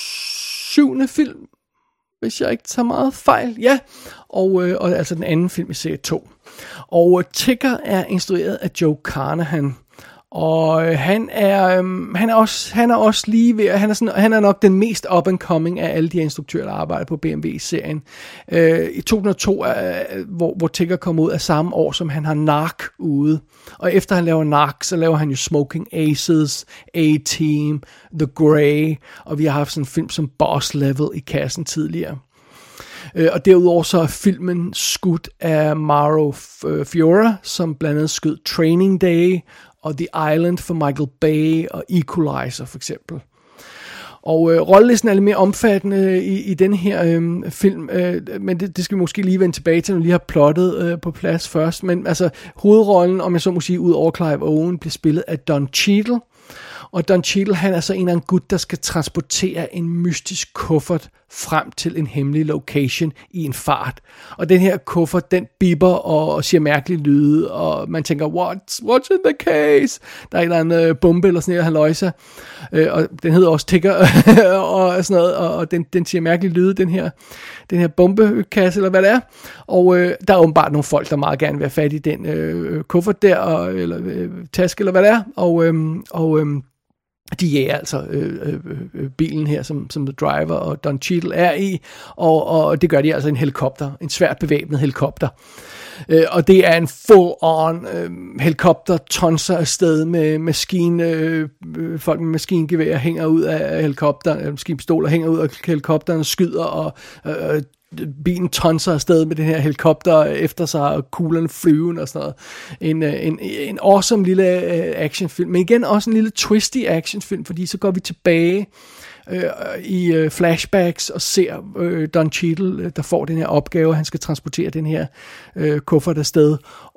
7. film, hvis jeg ikke tager meget fejl. Ja, og altså den anden film i serie 2. Og Ticker er instrueret af Joe Carnahan. Og han er også lige ved, han er nok den mest up and coming af alle de instruktører, der arbejder på BMW-serien. I 2002, hvor Ticker kom ud af samme år, som han har Narc ude. Og efter han laver Narc, så laver han jo Smoking Aces, A-Team, The Grey, og vi har haft sådan en film som Boss Level i kassen tidligere. Og derudover så er filmen skudt af Mauro Fiora, som blandt andet skød Training Day og The Island for Michael Bay og Equalizer for eksempel. Og rollelisten er lidt mere omfattende i den her film, men det skal vi måske lige vende tilbage til, når vi lige har plottet på plads først. Men altså hovedrollen, om jeg så må sige, ud over Clive Owen, bliver spillet af Don Cheadle. Og Don Cheadle, han er så en eller anden gut, der skal transportere en mystisk kuffert frem til en hemmelig location i en fart. Og den her kuffert, den bipper og siger mærkelige lyde, og man tænker, what's in the case? Der er en eller anden bombe eller sådan noget, han løjser. Og den hedder også Tigger og sådan noget, og den siger mærkelige lyde, den her bombekasse, eller hvad det er. Og der er åbenbart nogle folk, der meget gerne vil have fat i den kuffert der, eller taske, eller hvad det er. Og de jager altså bilen her, som The Driver og Don Cheadle er i, og det gør de altså en helikopter, en svært bevæbnet helikopter. Og det er en full-on helikopter, tonser afsted med folk med maskingevær hænger ud af helikopteren, maskinpistoler hænger ud af helikopteren og skyder, og bilen tonser afsted med den her helikopter efter sig, og kuglerne flyvende og sådan noget. En awesome lille actionfilm, men igen også en lille twisty actionfilm, fordi så går vi tilbage i flashbacks og ser Don Cheadle, der får den her opgave, han skal transportere den her kuffert afsted,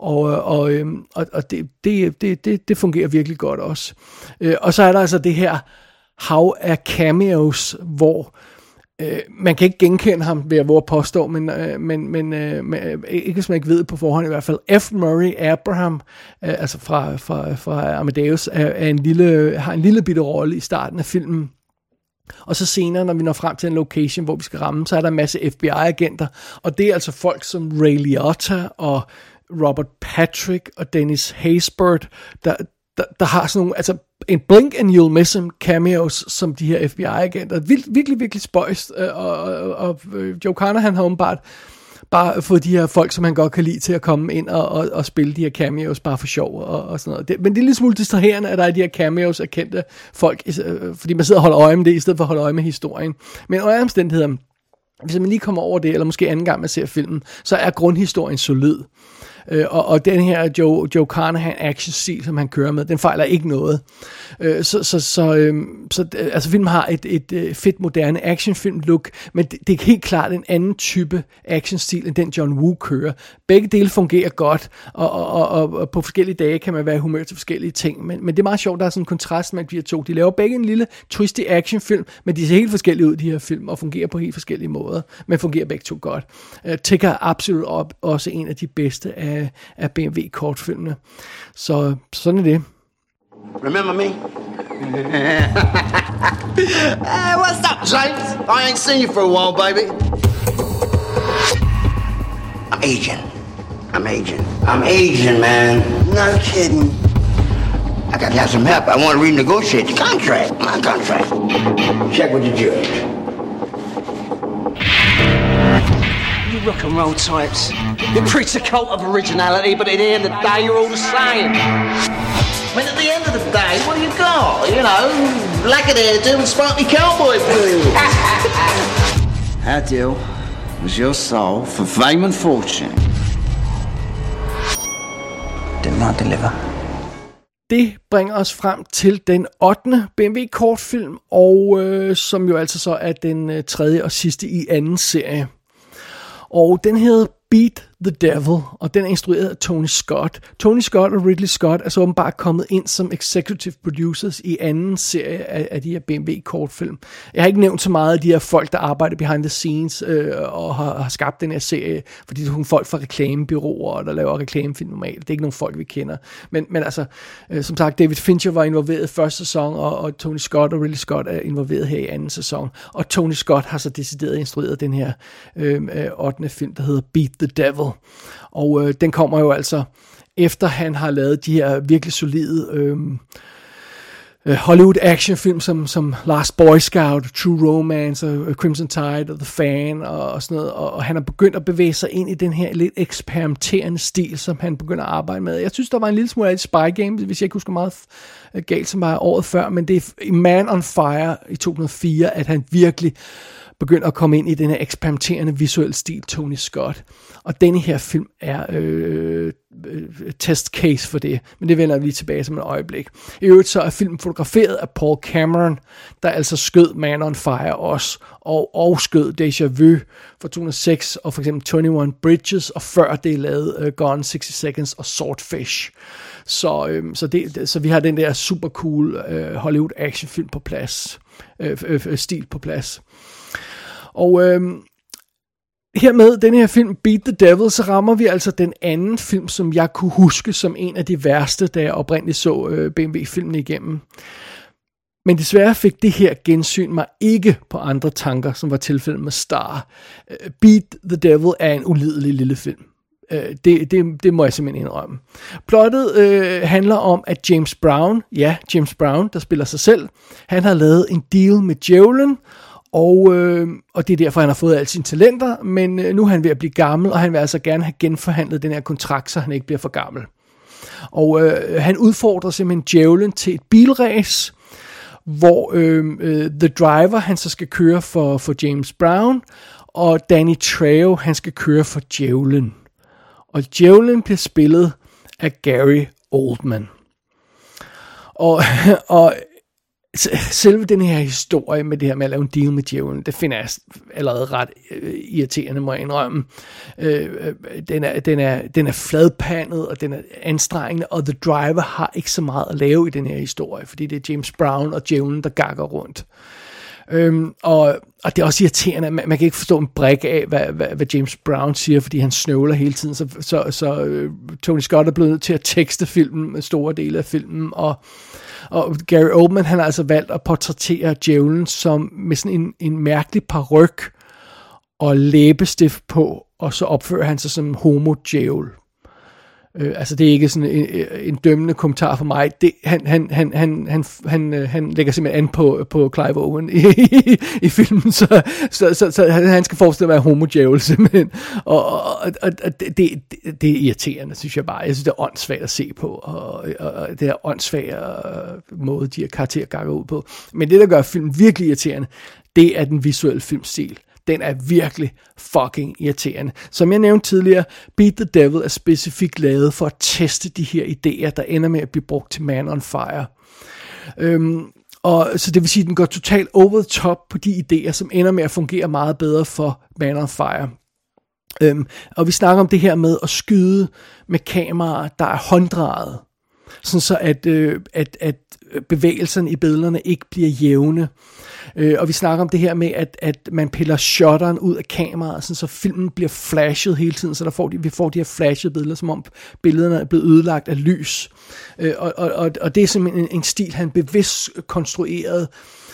og det fungerer virkelig godt også. Og så er der altså det her hav af cameos, hvor man kan ikke genkende ham, vil jeg våge påstå, men ikke hvis man ikke ved på forhånd i hvert fald. F. Murray Abraham, altså fra Amadeus, har en lille bitte rolle i starten af filmen. Og så senere, når vi når frem til en location, hvor vi skal ramme, så er der en masse FBI-agenter, og det er altså folk som Ray Liotta og Robert Patrick og Dennis Haysbert, der har sådan nogle, altså en blink and you'll miss him cameos, som de her FBI-agenter. Virkelig, virkelig spøjst, og Joe Carnahan har åbenbart bare fået de her folk, som han godt kan lide, til at komme ind og spille de her cameos bare for sjov og sådan noget. Men det er lidt smule distraherende, at der er de her cameos af kendte folk, fordi man sidder og holder øje med det, i stedet for at holde øje med historien. Men under omstændigheder, hvis man lige kommer over det, eller måske anden gang man ser filmen, så er grundhistorien solid. Og den her Joe Carnahan action-stil, som han kører med, den fejler ikke noget. Altså filmen har et fedt moderne actionfilm-look, men det er helt klart en anden type action-stil, end den John Woo kører. Begge dele fungerer godt, og på forskellige dage kan man være i humør til forskellige ting, men det er meget sjovt, der er sådan en kontrast mellem de her to. De laver begge en lille twisty actionfilm, men de ser helt forskellige ud, de her film, og fungerer på helt forskellige måder, men fungerer begge to godt. Tigger er absolut også en af de bedste af BMW-kortfilmene. Så sådan er det. Remember me? Hey, what's up, James? I ain't seen you for a while, baby. I'm Asian, man. No kidding. I gotta have some help. I want to renegotiate the contract. My contract. Check with the judge. You rock and roll types. You preach a cult of originality, but at the end of the day, you're all the same. I mean, at the end of the day, what do you got? You know, black and hairdo and sparkly cowboy blues. How deal was your soul for fame and fortune? Did not deliver. Det bringer os frem til den 8. BMW-kortfilm, og som jo altså så er den tredje og sidste i anden serie. Og den hedder Beat the Devil, og den er instrueret af Tony Scott. Tony Scott og Ridley Scott er så åbenbart kommet ind som executive producers i anden serie af de her BMW-kortfilm. Jeg har ikke nævnt så meget af de her folk, der arbejder behind the scenes og har skabt den her serie, fordi det er nogle folk fra reklamebyråer, der laver reklamefilm normalt. Det er ikke nogle folk, vi kender. Men altså, som sagt, David Fincher var involveret i første sæson, og Tony Scott og Ridley Scott er involveret her i anden sæson. Og Tony Scott har så decideret instrueret den her 8. film, der hedder Beat the Devil. Og den kommer jo altså efter han har lavet de her virkelig solide Hollywood actionfilm som Last Boy Scout, True Romance og Crimson Tide og The Fan og sådan noget, og han har begyndt at bevæge sig ind i den her lidt eksperimenterende stil, som han begynder at arbejde med. Jeg synes, der var en lille smule af et Spy Game, hvis jeg ikke husker meget galt, som var året før, men det er i Man on Fire i 2004, at han virkelig begynder at komme ind i den her eksperimenterende visuelle stil, Tony Scott. Og denne her film er test case for det, men det vender vi lige tilbage som et øjeblik. I øvrigt så er filmen fotograferet af Paul Cameron, der altså skød Man on Fire også, og skød Deja Vu fra 2006, og for eksempel 21 Bridges, og før det lavede Gone 60 Seconds og Swordfish. Så vi har den der super cool Hollywood actionfilm på plads, stil på plads. Og hermed den her film Beat the Devil, så rammer vi altså den anden film, som jeg kunne huske som en af de værste, da jeg oprindeligt så BMW-filmen igennem. Men desværre fik det her gensyn mig ikke på andre tanker, som var tilfældet med Star. Beat the Devil er en ulidelig lille film. Det må jeg simpelthen indrømme. Plottet handler om, at James Brown, der spiller sig selv, han har lavet en deal med djævlen, og det er derfor, han har fået alle sine talenter, men nu er han ved at blive gammel, og han vil altså gerne have genforhandlet den her kontrakt, så han ikke bliver for gammel. Og han udfordrer simpelthen djævlen til et bilræs, hvor The Driver, han så skal køre for James Brown, og Danny Trejo, han skal køre for djævlen. Og djævlen bliver spillet af Gary Oldman. Og selve den her historie med det her med at lave en deal med djævlen, det finder jeg allerede ret irriterende, må jeg indrømme. Den er fladpandet, og den er anstrengende, og The Driver har ikke så meget at lave i den her historie, fordi det er James Brown og djævlen, der gakker rundt. Og det er også irriterende, at man kan ikke forstå en brik af, hvad James Brown siger, fordi han snøvler hele tiden, så Tony Scott er blevet nødt til at tekste filmen, store dele af filmen, og Gary Oldman, han har altså valgt at portrættere djævlen som med sådan en mærkelig paryk og læbestift på, og så opfører han sig som en homo-djævel. Altså det er ikke sådan en dømmende kommentar for mig. Han lægger simpelthen an på Clive Owen i filmen, så han skal forestille at være homo-djævel simpelthen. Og det er irriterende, synes jeg bare. Jeg synes, det er åndssvagt at se på, og det er åndssvagt måde, de her karakterer gakker ud på. Men det, der gør filmen virkelig irriterende, det er den visuelle filmstil. Den er virkelig fucking irriterende. Som jeg nævnte tidligere, Beat the Devil er specifikt lavet for at teste de her idéer, der ender med at blive brugt til Man on Fire. Og så det vil sige, at den går totalt over the top på de idéer, som ender med at fungere meget bedre for Man on Fire. Og vi snakker om det her med at skyde med kameraer, der er hånddrejet. Sådan så at bevægelserne i billederne ikke bliver jævne. Og vi snakker om det her med, at man piller shutteren ud af kameraet, sådan så filmen bliver flashet hele tiden, så vi får de her flashede billeder, som om billederne er blevet ødelagt af lys. Og det er simpelthen en stil, han bevidst konstrueret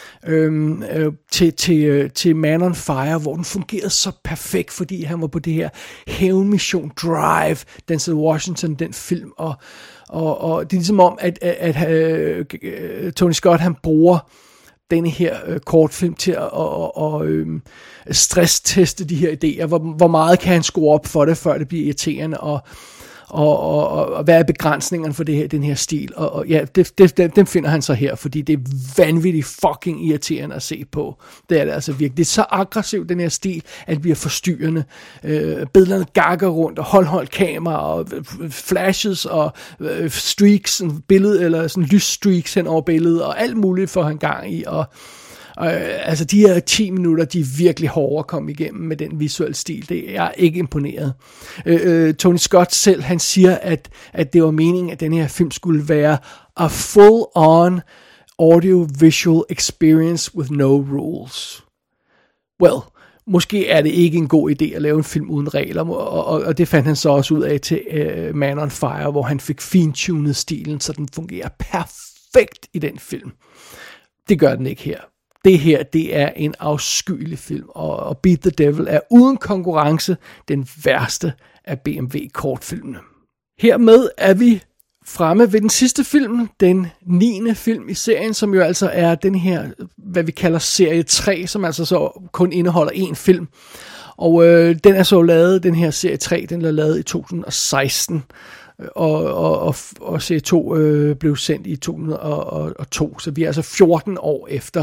til Man on Fire, hvor den fungerede så perfekt, fordi han var på det her hævnmission Drive, Denzel Washington, den film, og det er ligesom om, at Tony Scott, han bruger denne her kortfilm til at stressteste de her idéer. Hvor meget kan han skrue op for det, før det bliver irriterende, og hvad er begrænsningerne for den her stil? Og ja, dem finder han så her, fordi det er vanvittigt fucking irriterende at se på. Det er det altså virkelig. Det er så aggressivt, den her stil, at det bliver forstyrrende. Billederne gakker rundt, og hold kamera, og flashes, og streaks, sådan billede, eller sådan lysstreaks hen over billedet, og alt muligt får han gang i, og altså de her 10 minutter, de er virkelig hårde at komme igennem med den visuelle stil. Det er ikke imponeret. Tony Scott selv, han siger, at det var meningen, at den her film skulle være a full-on audio-visual experience with no rules. Well, måske er det ikke en god idé at lave en film uden regler, og det fandt han så også ud af til Man on Fire, hvor han fik fintunet stilen, så den fungerer perfekt i den film. Det gør den ikke her. Det her, det er en afskyelig film, og Beat the Devil er uden konkurrence den værste af BMW-kortfilmene. Hermed er vi fremme ved den sidste film, den 9. film i serien, som jo altså er den her, hvad vi kalder serie 3, som altså så kun indeholder én film. Og den er så lavet, den her serie 3, den er lavet i 2016. og serie 2 blev sendt i 2002, så vi er altså 14 år efter,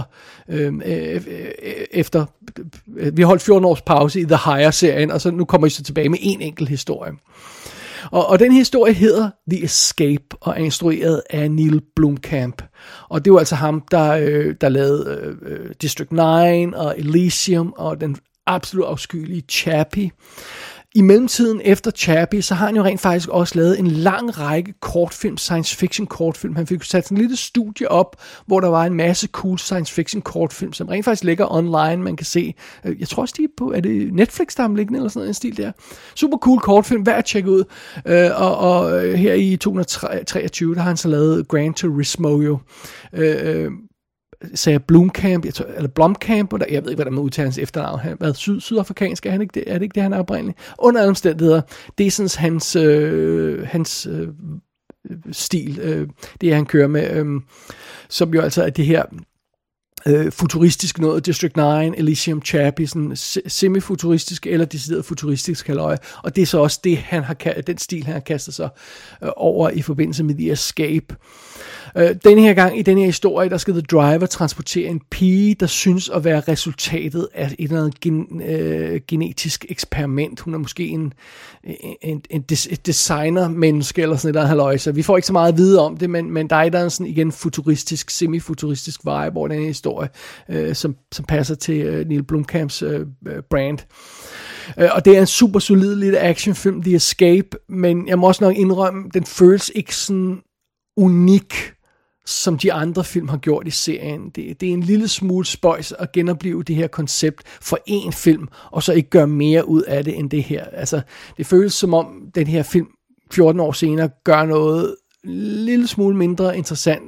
vi holdt 14 års pause i The Hire-serien, og så nu kommer vi så tilbage med en enkelt historie. Og den historie hedder The Escape, og er instrueret af Neil Blomkamp. Og det var altså ham, der lavede District 9 og Elysium og den absolut afskyelige Chappie. I mellemtiden efter Chappie, så har han jo rent faktisk også lavet en lang række kortfilm, science fiction kortfilm. Han fik sat sådan en lille studie op, hvor der var en masse cool science fiction kortfilm, som rent faktisk ligger online, man kan se. Jeg tror også, de er på, er det Netflix, der er liggende, eller sådan noget, en stil der. Super cool kortfilm, værd at tjekke ud. Og her i 2023, der har han så lavet Gran Turismo, sagde Blomkamp, eller Blomkamp, jeg ved ikke, hvad der må udtale hans efternavn. Han har været sydafrikansk, er det ikke det, han er oprindeligt? Under alle omstændigheder, det er sådan hans stil, det han kører med, som jo altså er det her futuristisk noget, District 9, Elysium, Chappie, sådan semi-futuristisk eller decideret futuristisk halløj, og det er så også det, den stil, han har kastet sig over i forbindelse med The Escape. Denne her gang, i denne her historie, der skal The Driver transportere en pige, der synes at være resultatet af et eller andet genetisk eksperiment. Hun er måske et designer-menneske, eller sådan et eller andet halløj, så vi får ikke så meget at vide om det, men der er sådan igen futuristisk, semi-futuristisk vibe over den her historie, som passer til Neil Blomkamps brand. Og det er en super solid lille actionfilm, The Escape, men jeg må også nok indrømme, den føles ikke sådan unik, som de andre film har gjort i serien. Det er en lille smule spøjs at genopleve det her koncept for én film, og så ikke gøre mere ud af det end det her. Altså, det føles som om den her film 14 år senere gør noget lille smule mindre interessant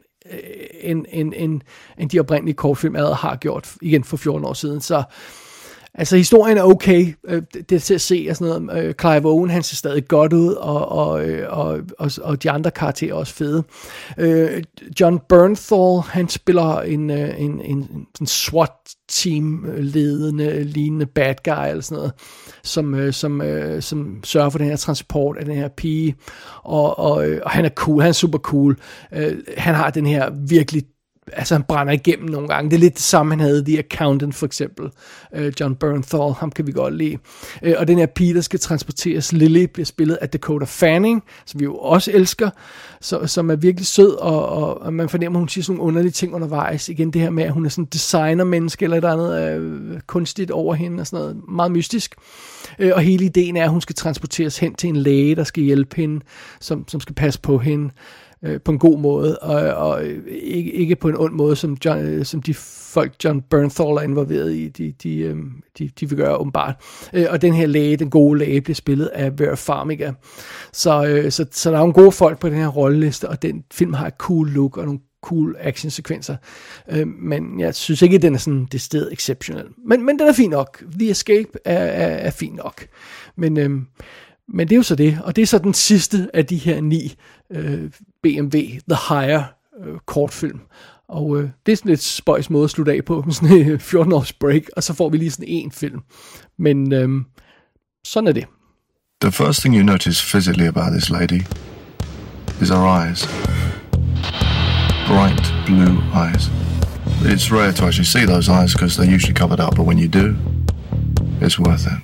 end de oprindelige kortfilm allerede har gjort igen for 14 år siden. Så altså, historien er okay. Det er til at se, og sådan noget. Clive Owen, han ser stadig godt ud, og de andre karakterer er også fede. John Bernthal, han spiller en SWAT-team-ledende, lignende bad guy, eller sådan noget, som sørger for den her transport af den her pige, og han er cool, han er super cool. Han har den her virkelig, altså han brænder igennem nogle gange. Det er lidt det samme, han havde The Accountant for eksempel. John Bernthal, ham kan vi godt lide. Og den her pige, der skal transporteres, Lily, bliver spillet af Dakota Fanning, som vi jo også elsker, som er virkelig sød, og man fornemmer, hun siger sådan nogle underlige ting undervejs. Igen det her med, at hun er sådan en designer-menneske, eller et andet kunstigt over hende, og sådan noget meget mystisk. Og hele ideen er, at hun skal transporteres hen til en læge, der skal hjælpe hende, som skal passe på hende på en god måde, og ikke på en ond måde, som de folk, John Bernthal er involveret i, de vil gøre åbenbart. Og den her læge, den gode læge, bliver spillet af Vera Farmiga. Så der er nogle gode folk på den her rolleliste, og den film har et cool look, og nogle cool actionsekvenser. Men jeg synes ikke, at den er sådan det sted exceptionel. Men den er fin nok. The Escape er fin nok. Men det er jo så det, og det er så den sidste af de her 9 BMW The Hire kortfilm. Og det er sådan et spøjs måde at slutte af på, med sådan en 14 års break, og så får vi lige sådan en film. Men sådan er det. The first thing you notice physically about this lady is her eyes. Bright blue eyes. It's rare to actually see those eyes because they're usually covered up, but when you do, it's worth it.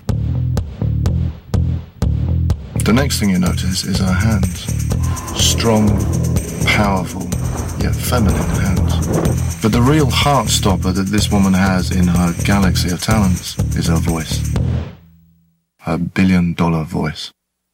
The next thing you notice is her hands. Strong, powerful, yet feminine hands. But the real heart-stopper that this woman has in her galaxy of talents is her voice. Her billion-dollar voice.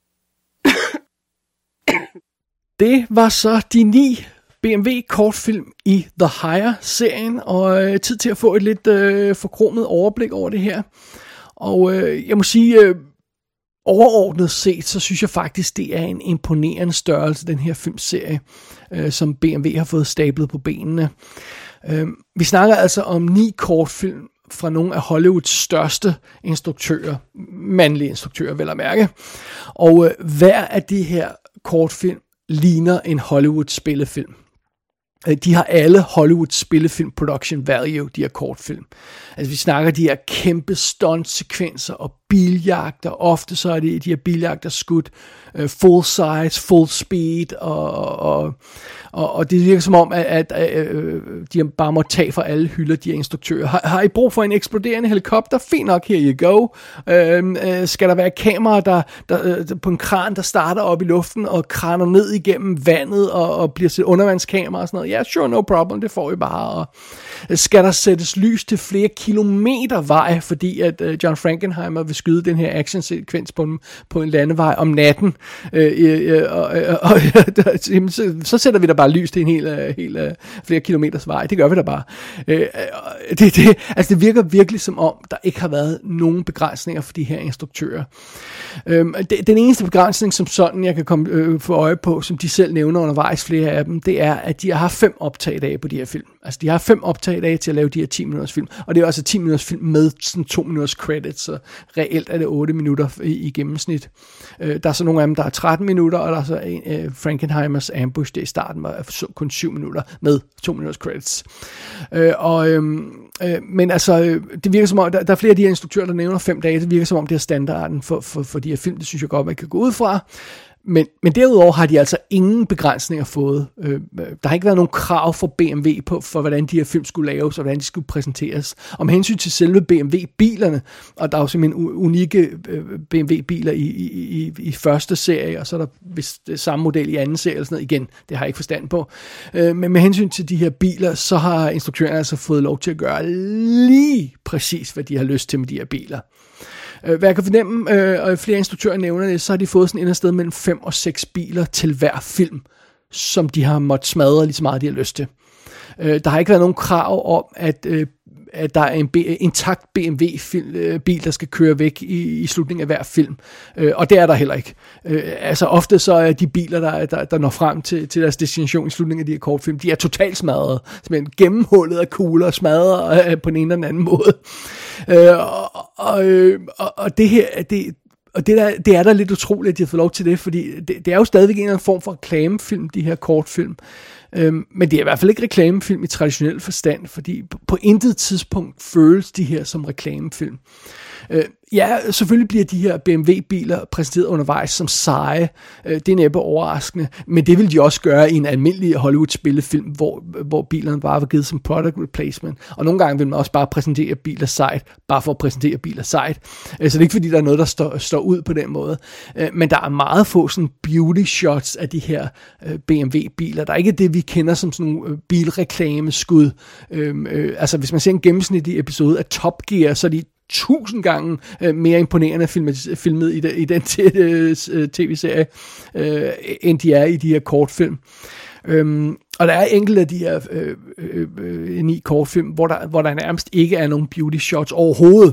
Det var så de 9 BMW-kortfilm i The Hire-serien, og tid til at få et lidt forkromet overblik over det her. Og jeg må sige, overordnet set, så synes jeg faktisk, det er en imponerende størrelse, den her filmserie, som BMW har fået stablet på benene. Vi snakker altså om 9 kortfilm fra nogle af Hollywoods største instruktører, mandlige instruktører vel at mærke. Og hver af de her kortfilm ligner en Hollywood-spillefilm. De har alle Hollywood spillefilm production value, de her kortfilm. Altså vi snakker de her kæmpe stunt-sekvenser og biljagter. Ofte så er det de her biljagter skudt full size, full speed, og det virker som om, at de bare må tage fra alle hylder, de her instruktører. Har I brug for en eksploderende helikopter? Fint nok, here you go. Skal der være kamera der på en kran, der starter op i luften og kraner ned igennem vandet og bliver til undervandskamera og sådan noget? Ja, sure, no problem, det får vi bare. Og skal der sættes lys til flere kilometer vej, fordi at John Frankenheimer vil skyde den her actionsekvens på en landevej om natten, så sætter vi der bare lys til en hel flere kilometers vej. Det gør vi da bare. Altså det virker virkelig som om, der ikke har været nogen begrænsninger for de her instruktører. Den eneste begrænsning, som sådan jeg kan komme få øje på, som de selv nævner undervejs, flere af dem, det er, at de har 5 optagedage på de her film. Altså de har 5 optagedage til at lave de her 10 minutters film, og det er også 10 minutters film med sådan 2 minutters credits, så reelt er det 8 minutter i gennemsnit. Der er så nogle af dem, der er 13 minutter, og der er så Frankenheimers Ambush, det i starten var kun 7 minutter med 2 minutters credits. Men altså, det virker som om, der er flere af de her instruktører, der nævner 5 dage, det virker som om, det er standarden for de her film, det synes jeg godt, man kan gå ud fra. Men derudover har de altså ingen begrænsninger fået. Der har ikke været nogen krav for BMW for hvordan de her film skulle laves, og hvordan de skulle præsenteres. Om hensyn til selve BMW-bilerne, og der er jo simpelthen unikke BMW-biler i første serie, og så er der vist det samme model i anden serie, eller sådan noget. Igen, det har jeg ikke forstand på. Men med hensyn til de her biler, så har instruktørerne altså fået lov til at gøre lige præcis, hvad de har lyst til med de her biler. Hvad jeg kan fornemme, og flere instruktører nævner det, så har de fået sådan et sted mellem 5 og 6 biler til hver film, som de har måttet smadre lige så meget, de har lyst til. Der har ikke været nogen krav om, at der er en intakt BMW-bil, der skal køre væk i slutningen af hver film. Og det er der heller ikke. Altså ofte så er de biler, der når frem til deres destination i slutningen af de her kortfilm, de er totalt smadret. Simpelthen gennemhullet af kugler og smadret på en eller anden måde. Og det her, det er da lidt utroligt, at de har fået lov til det, fordi det er jo stadigvæk en eller anden form for reklamefilm, de her kortfilm. Men det er i hvert fald ikke reklamefilm i traditionel forstand, fordi på intet tidspunkt føles de her som reklamefilm. Ja, selvfølgelig bliver de her BMW-biler præsenteret undervejs som seje. Det er næppe overraskende, men det vil de også gøre i en almindelig Hollywood-spillefilm, hvor bilerne bare var givet som product replacement. Og nogle gange vil man også bare præsentere biler sejt, bare for at præsentere biler sejt. Så det er ikke fordi, der er noget, der står ud på den måde. Men der er meget få sådan beauty shots af de her BMW-biler. Der er ikke det, vi kender som sådan nogle bilreklameskud. Altså hvis man ser en gennemsnitlig episode af Top Gear, så er de 1000 gange mere imponerende filmet i den tv-serie, end de er i de her kortfilm. Og der er enkelte af de her 9 kortfilm, hvor der nærmest ikke er nogen beauty shots overhovedet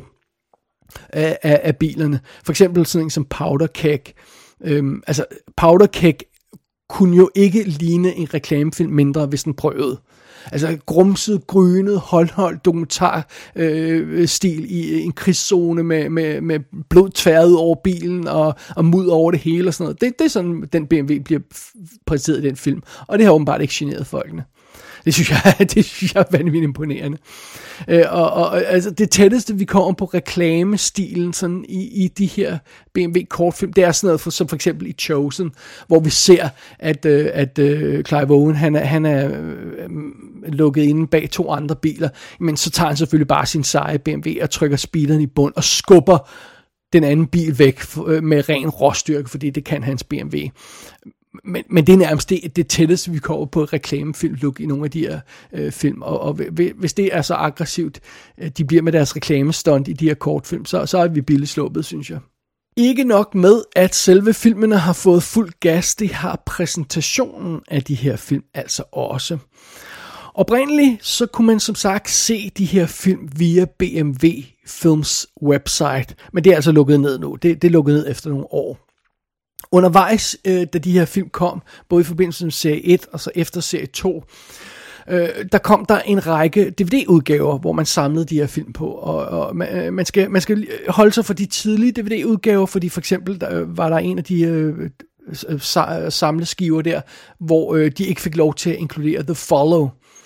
af bilerne. For eksempel sådan en som Powder Keg. Altså Powder Keg kunne jo ikke ligne en reklamefilm mindre, hvis den prøvede. Altså grumset, grynet, håndholdt dokumentarstil i en krigszone med blod tværet over bilen og mud over det hele og sådan noget. Det er sådan, den BMW bliver præsenteret i den film. Og det har åbenbart ikke generet folkene. Det synes jeg er vanvittigt imponerende. Og altså det tætteste, vi kommer på reklamestilen sådan i de her BMW-kortfilm, det er sådan noget som for eksempel i Chosen, hvor vi ser, at Clive Owen, han er lukket inde bag 2 andre biler, men så tager han selvfølgelig bare sin seje BMW og trykker speederen i bund og skubber den anden bil væk med ren råstyrke, fordi det kan hans BMW. Men det er nærmest det tætteste, vi kommer på et reklamefilm-look i nogle af de her film. Og hvis det er så aggressivt, de bliver med deres reklamestunt i de her kortfilm, så er vi billigt sluppet, synes jeg. Ikke nok med, at selve filmene har fået fuld gas, det har præsentationen af de her film altså også. Oprindeligt så kunne man som sagt se de her film via BMW Films website, men det er altså lukket ned nu. Det er lukket ned efter nogle år. Undervejs, da de her film kom, både i forbindelse med serie 1 og så efter serie 2, der kom der en række DVD-udgaver, hvor man samlede de her film på, og man skal holde sig for de tidlige DVD-udgaver, fordi for eksempel var der en af de samleskiver der, hvor de ikke fik lov til at inkludere The Follow.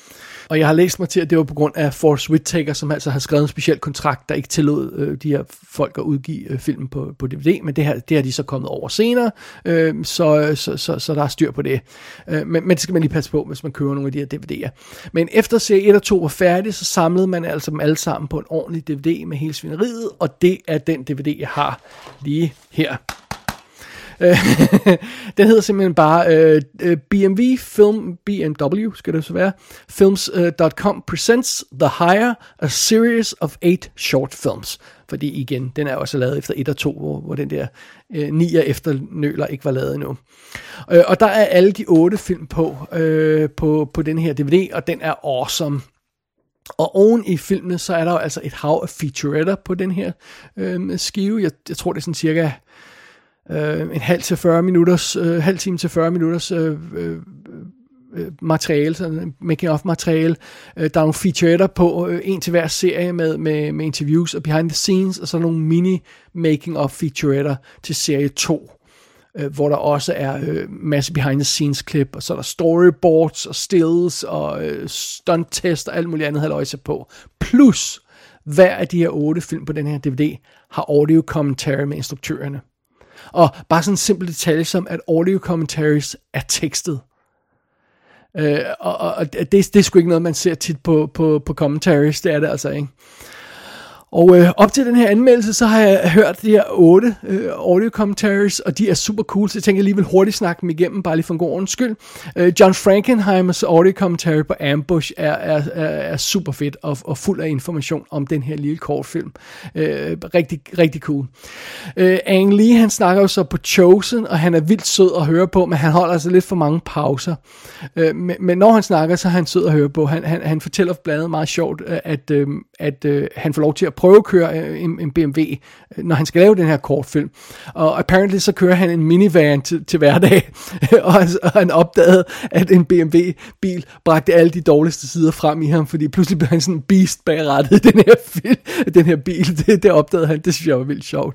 Og jeg har læst mig til, at det var på grund af Forest Whitaker, som altså har skrevet en speciel kontrakt, der ikke tillod de her folk at udgive filmen på DVD, men det har de så kommet over senere, så der er styr på det. Men det skal man lige passe på, hvis man køber nogle af de her DVD'er. Men efter serie 1 og 2 var færdige, så samlede man altså dem alle sammen på en ordentlig DVD med hele svineriet, og det er den DVD, jeg har lige her. Den hedder simpelthen bare BMW skal det så være, Films.com presents The Hire, a series of 8 short films. Fordi igen, den er også lavet efter 1 og 2, hvor den der 9 efternøler ikke var lavet endnu. Og der er alle de 8 film på den her DVD, og den er awesome. Og oven i filmene, så er der jo altså et hav af featuretter på den her skive. Jeg tror, det er sådan cirka en halv time til 40 minutters materiale, sådan making of materiale. Der er nogle featuretter på, en til hver serie med interviews og behind the scenes, og så nogle mini making of featuretter til serie 2, hvor der også er masse behind the scenes klip, og så er der storyboards og stills og stunt test og alt muligt andet haløjse på. Plus hver af de her 8 film på den her DVD har audio commentary med instruktørerne. Og bare sådan en simpel detalje som, at audio commentaries er tekstet. Og det er sgu ikke noget, man ser tit på commentaries, det er det altså ikke. Og op til den her anmeldelse, så har jeg hørt de her 8 audio commentaries, og de er super cool, så jeg tænker alligevel hurtigt snakke dem igennem, bare lige for en god ordens skyld. John Frankenheimers audio commentary på Ambush er super fedt og fuld af information om den her lille kortfilm. Rigtig, rigtig cool. Ang Lee, han snakker jo så på Chosen, og han er vildt sød at høre på, men han holder altså lidt for mange pauser. Men når han snakker, så er han sød at høre på. Han fortæller blandt andet meget sjovt, at han får lov til at prøve at køre en BMW, når han skal lave den her kortfilm. Og apparently så kører han en minivan til hverdag, og han opdagede, at en BMW-bil bragte alle de dårligste sider frem i ham, fordi pludselig blev han sådan en beast bag rattet den her bil. Det opdagede han, det synes jeg var vildt sjovt.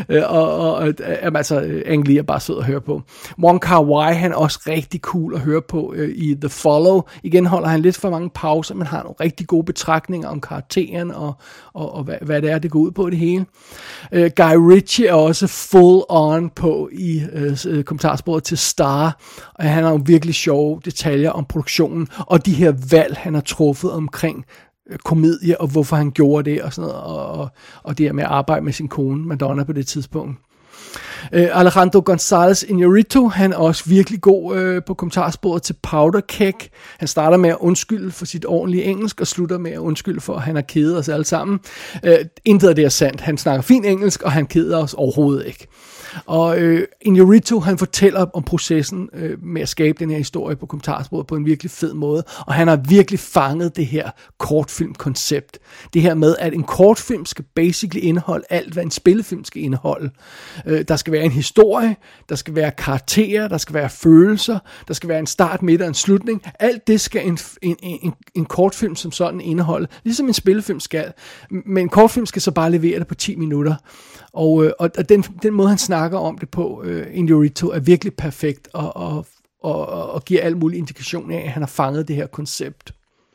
Altså, Ang Lee er bare sød at høre på. Wong Kar-wai, han er også rigtig cool at høre på i The Follow. Igen holder han lidt for mange pauser, men har nogle rigtig gode betragtninger om karakteren og hvad det er, det går ud på det hele. Guy Ritchie er også full on på i kommentarsporet til Star, og han har jo virkelig sjove detaljer om produktionen, og de her valg, han har truffet omkring komedie, og hvorfor han gjorde det, og sådan noget, og det her med at arbejde med sin kone, Madonna, på det tidspunkt. Alejandro González Iñárritu, han er også virkelig god på kommentarsporet til Powder Keg. Han starter med at undskylde for sit ordentlige engelsk, og slutter med at undskylde for, at han har kedet os alle sammen. Intet af det er sandt. Han snakker fint engelsk, og han keder os overhovedet ikke. Og Iñárritu, han fortæller om processen med at skabe den her historie på kommentarsporet på en virkelig fed måde, og han har virkelig fanget det her kortfilmkoncept. Det her med, at en kortfilm skal basically indeholde alt, hvad en spillefilm skal indeholde. Der skal være en historie, der skal være karakterer, der skal være følelser, der skal være en start, midt og en slutning. Alt det skal en kortfilm som sådan indeholde, ligesom en spillefilm skal. Men en kortfilm skal så bare levere det på 10 minutter. Og den måde, han snakker om det på, Iñárritu, er virkelig perfekt og giver al mulig indikation af, at han har fanget det her koncept.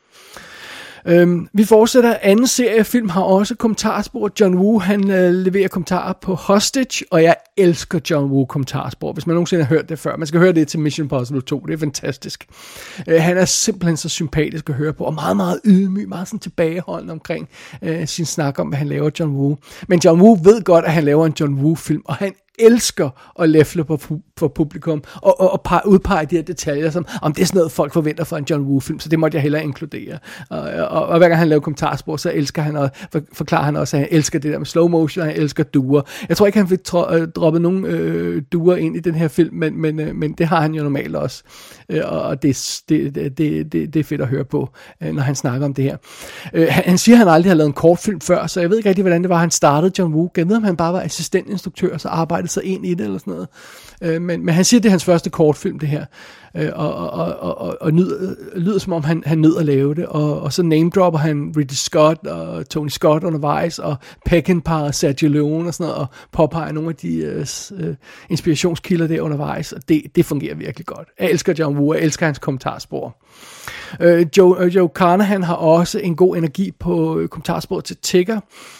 Vi fortsætter. Anden seriefilm har også kommentarspor. John Woo, han leverer kommentarer på Hostage, og jeg elsker John Woo kommentarspor, hvis man nogensinde har hørt det før. Man skal høre det til Mission Impossible 2, det er fantastisk. Han er simpelthen så sympatisk at høre på, og meget, meget ydmyg, meget sådan tilbageholdende omkring sin snak om, hvad han laver, John Woo. Men John Woo ved godt, at han laver en John Woo-film, og han elsker at læfle for publikum og udpege de her detaljer, som om det er sådan noget, folk forventer for en John Woo-film, så det måtte jeg hellere inkludere. Og hver gang han laver kommentarspor, så elsker han og forklarer han også, at han elsker det der med slow motion, og han elsker duer. Jeg tror ikke, han fik droppet nogen duer ind i den her film, men det har han jo normalt også. Og det er fedt at høre på, når han snakker om det her. Han siger, at han aldrig har lavet en kortfilm før, så jeg ved ikke rigtig, hvordan det var, han startede John Woo. Jeg ved, om han bare var assistentinstruktør, og så arbejdede sig ind i det eller sådan noget. men han siger, det er hans første kortfilm, det her. Og lyder som om han nød at lave det. Og så name-dropper han Ridley Scott og Tony Scott undervejs, og Peckinpah og Sergio Leone og sådan noget, og påpeger nogle af de inspirationskilder der undervejs, og det fungerer virkelig godt. Jeg elsker John Woo, jeg elsker hans kommentarspor. Joe Carnahan har også en god energi på kommentarsporet til Tigger,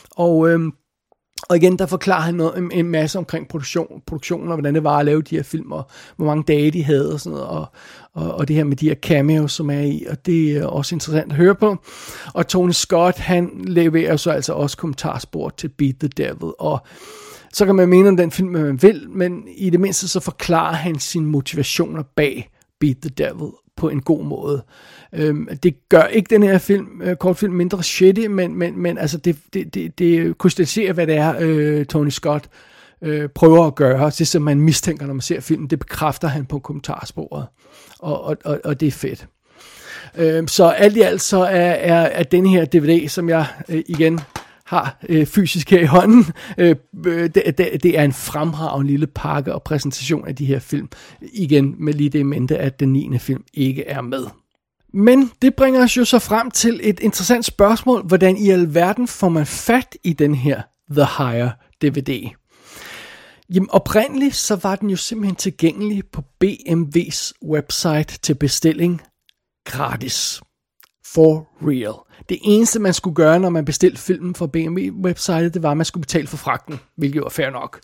og igen, der forklarer han en masse omkring produktionen, og hvordan det var at lave de her film, og hvor mange dage de havde, og sådan noget, og det her med de her cameos, som er i, og det er også interessant at høre på. Og Tony Scott, han leverer så altså også kommentarspor til Beat the Devil, og så kan man mene om den film, hvad man vil, men i det mindste så forklarer han sine motivationer bag Beat the Devil på en god måde. Det gør ikke den her kortfilm mindre shitty, men altså det krystalliserer, hvad det er, Tony Scott prøver at gøre. Det som man mistænker, når man ser filmen, det bekræfter han på kommentarsporet, og det er fedt. Så alt i alt så er den her DVD, som jeg igen har fysisk her i hånden, det er en fremragende lille pakke og præsentation af de her film. Igen med lige det i mente, at den 9. film ikke er med. Men det bringer os jo så frem til et interessant spørgsmål. Hvordan i alverden får man fat i den her The Hire DVD? Jamen oprindeligt så var den jo simpelthen tilgængelig på BMW's website til bestilling gratis. For real. Det eneste, man skulle gøre, når man bestilte filmen fra BMW-websitet, det var, at man skulle betale for fragten, hvilket var fair nok.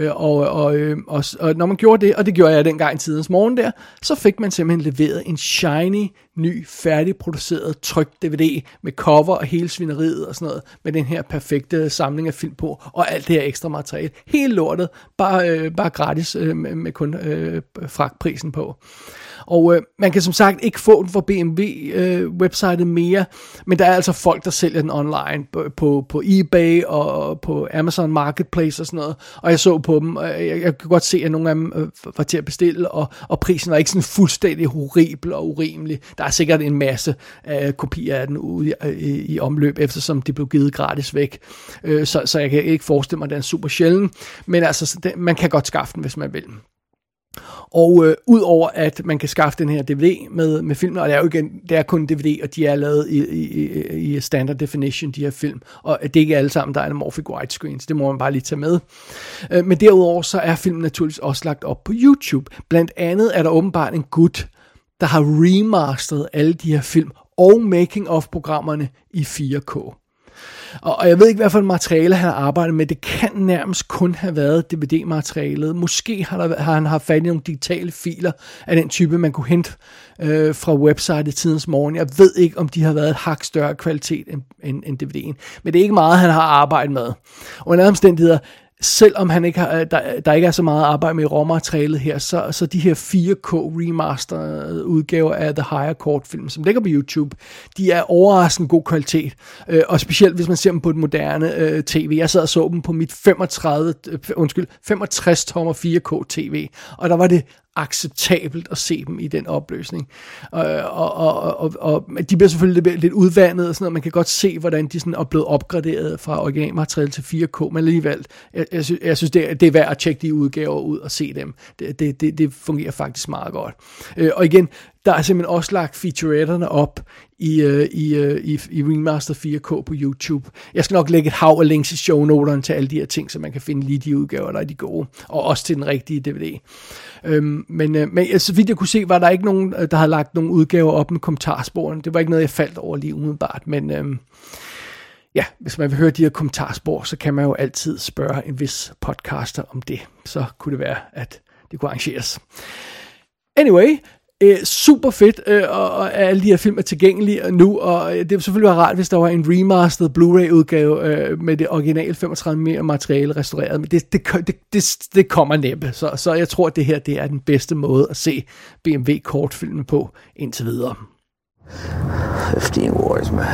Og når man gjorde det, og det gjorde jeg dengang i tidens morgen der, så fik man simpelthen leveret en shiny, ny, færdigproduceret, trykt DVD med cover og hele svineriet og sådan noget, med den her perfekte samling af film på, og alt det her ekstra materiale. Helt lortet, bare gratis med kun fragtprisen på. Og man kan som sagt ikke få den fra BMW-websitet mere, men der er altså folk, der sælger den online på eBay og på Amazon Marketplace og sådan noget. Og jeg så på dem, og jeg kan godt se, at nogle af dem var til at bestille, og prisen var ikke sådan fuldstændig horribel og urimelig. Der er sikkert en masse kopier af den ude i omløb, eftersom det blev givet gratis væk. Så jeg kan ikke forestille mig, at den er super sjælden, men altså, man kan godt skaffe den, hvis man vil. Og udover at man kan skaffe den her DVD med filmen, og det er kun en DVD, og de er lavet i standard definition, de her film, og det er ikke alle sammen, der er anamorphic widescreens, det må man bare lige tage med. Men derudover så er filmen naturligvis også lagt op på YouTube. Blandt andet er der åbenbart en gut, der har remasteret alle de her film og making-of-programmerne i 4K. Og jeg ved ikke, hvad for et materiale han har arbejdet med. Det kan nærmest kun have været DVD-materialet. Måske har han haft fat i nogle digitale filer af den type, man kunne hente fra websitet Tidens Morgen. Jeg ved ikke, om de har været et hak større kvalitet end DVD'en. Men det er ikke meget, han har arbejdet med. Og under omstændigheder, selvom han ikke har, der ikke er så meget arbejde med råmaterialet her, så de her 4K remasterede udgaver af The Hire kortfilm, som ligger på YouTube, de er overraskende god kvalitet. Og specielt hvis man ser dem på et moderne tv. Jeg sad og så dem på mit 65 tommer 4K tv, og der var det acceptabelt at se dem i den opløsning. Og de bliver selvfølgelig lidt udvandet og sådan noget. Man kan godt se, hvordan de sådan er blevet opgraderet fra originalmateriale til 4K, men alligevel, jeg synes, det er værd at tjekke de udgaver ud og se dem. Det fungerer faktisk meget godt. Og igen, der er simpelthen også lagt featuretterne op i Remaster 4K på YouTube. Jeg skal nok lægge et hav af links i shownoterne til alle de her ting, så man kan finde lige de udgaver, der er de gode. Og også til den rigtige DVD. Men så vidt jeg kunne se, var der ikke nogen, der havde lagt nogle udgaver op med kommentarsporene. Det var ikke noget, jeg faldt over lige umiddelbart. Men ja, hvis man vil høre de her kommentarspor, så kan man jo altid spørge en vis podcaster om det. Så kunne det være, at det kunne arrangeres. Anyway, super fedt, og alle de her film er tilgængelige nu, og det ville selvfølgelig være rart, hvis der var en remastered Blu-ray udgave med det originale 35mm materiale restaureret, men det kommer næppe, så jeg tror, at det her det er den bedste måde at se BMW kortfilmen på indtil videre. 15 wars, man.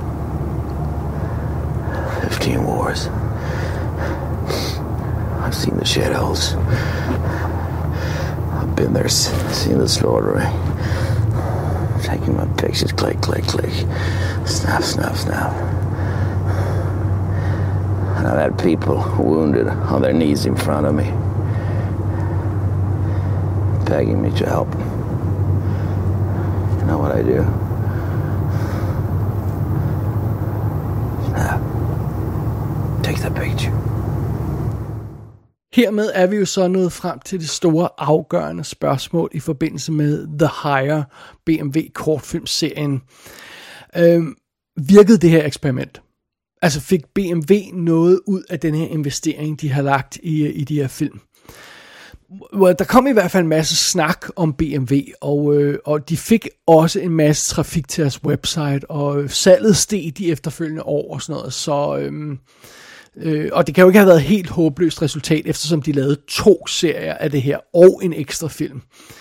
15 wars. I've seen the shadows. I've been there, seen the slaughtering. Taking my pictures, click, click, click. Snap, snap, snap. And I've had people wounded on their knees in front of me. begging me to help. You know what I do? Take the picture. Hermed er vi jo så nået frem til det store afgørende spørgsmål i forbindelse med The Hire, BMW kortfilmserien. Virkede det her eksperiment? Altså fik BMW noget ud af den her investering, de har lagt i de her film? Der kom i hvert fald en masse snak om BMW, og de fik også en masse trafik til deres website, og salget steg de efterfølgende år og sådan noget, så... og det kan jo ikke have været et helt håbløst resultat, eftersom de lavede 2 serier af det her, og en ekstra film.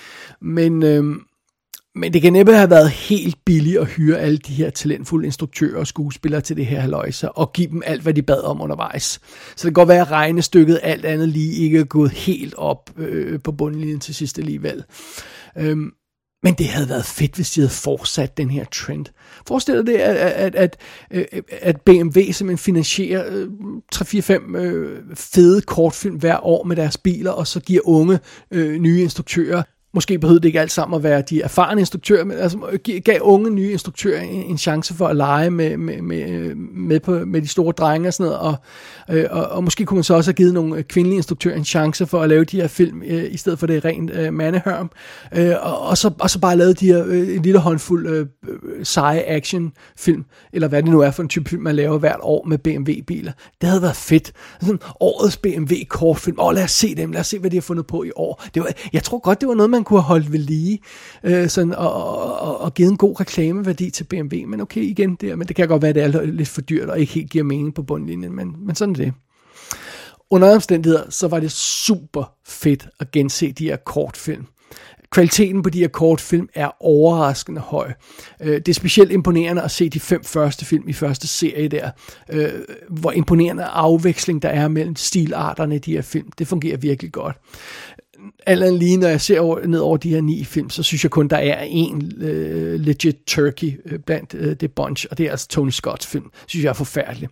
Men det kan næppe have været helt billigt at hyre alle de her talentfulde instruktører og skuespillere til det her halløjse, og give dem alt, hvad de bad om undervejs. Så det kan godt være, at regnestykket alt andet lige ikke er gået helt op på bundlinjen til sidst alligevel. Men det havde været fedt, hvis de havde fortsat den her trend. Forestil dig det, at BMW simpelthen finansierer 3-4-5 fede kortfilm hver år med deres biler, og så giver unge nye instruktører. Måske behøvede det ikke alt sammen at være de erfarne instruktører, men altså gav unge nye instruktører en chance for at lege med de store drenge og sådan noget, og måske kunne man så også have givet nogle kvindelige instruktører en chance for at lave de her film, i stedet for det rent mandehørm, og så bare lavet de her en lille håndfuld seje actionfilm, eller hvad det nu er for en type film, man laver hvert år med BMW-biler. Det havde været fedt. Sådan årets BMW-kortfilm. Lad os se dem, lad os se, hvad de har fundet på i år. Jeg tror godt, det var noget, man kunne have holdt ved lige, og givet en god reklameværdi til BMW, men okay, igen, men det kan godt være, at det er lidt for dyrt, og ikke helt giver mening på bundlinjen, men sådan er det. Under omstændigheder, så var det super fedt at gense de her kortfilm. Kvaliteten på de her kortfilm er overraskende høj. Det er specielt imponerende at se de 5 første film i første serie der. Hvor imponerende afveksling der er mellem stilarterne i de her film. Det fungerer virkelig godt. Alt lige, når jeg ser ned over de her 9 film, så synes jeg kun, der er en legit turkey blandt det bunch, og det er altså Tony Scotts film. Synes jeg er forfærdelig.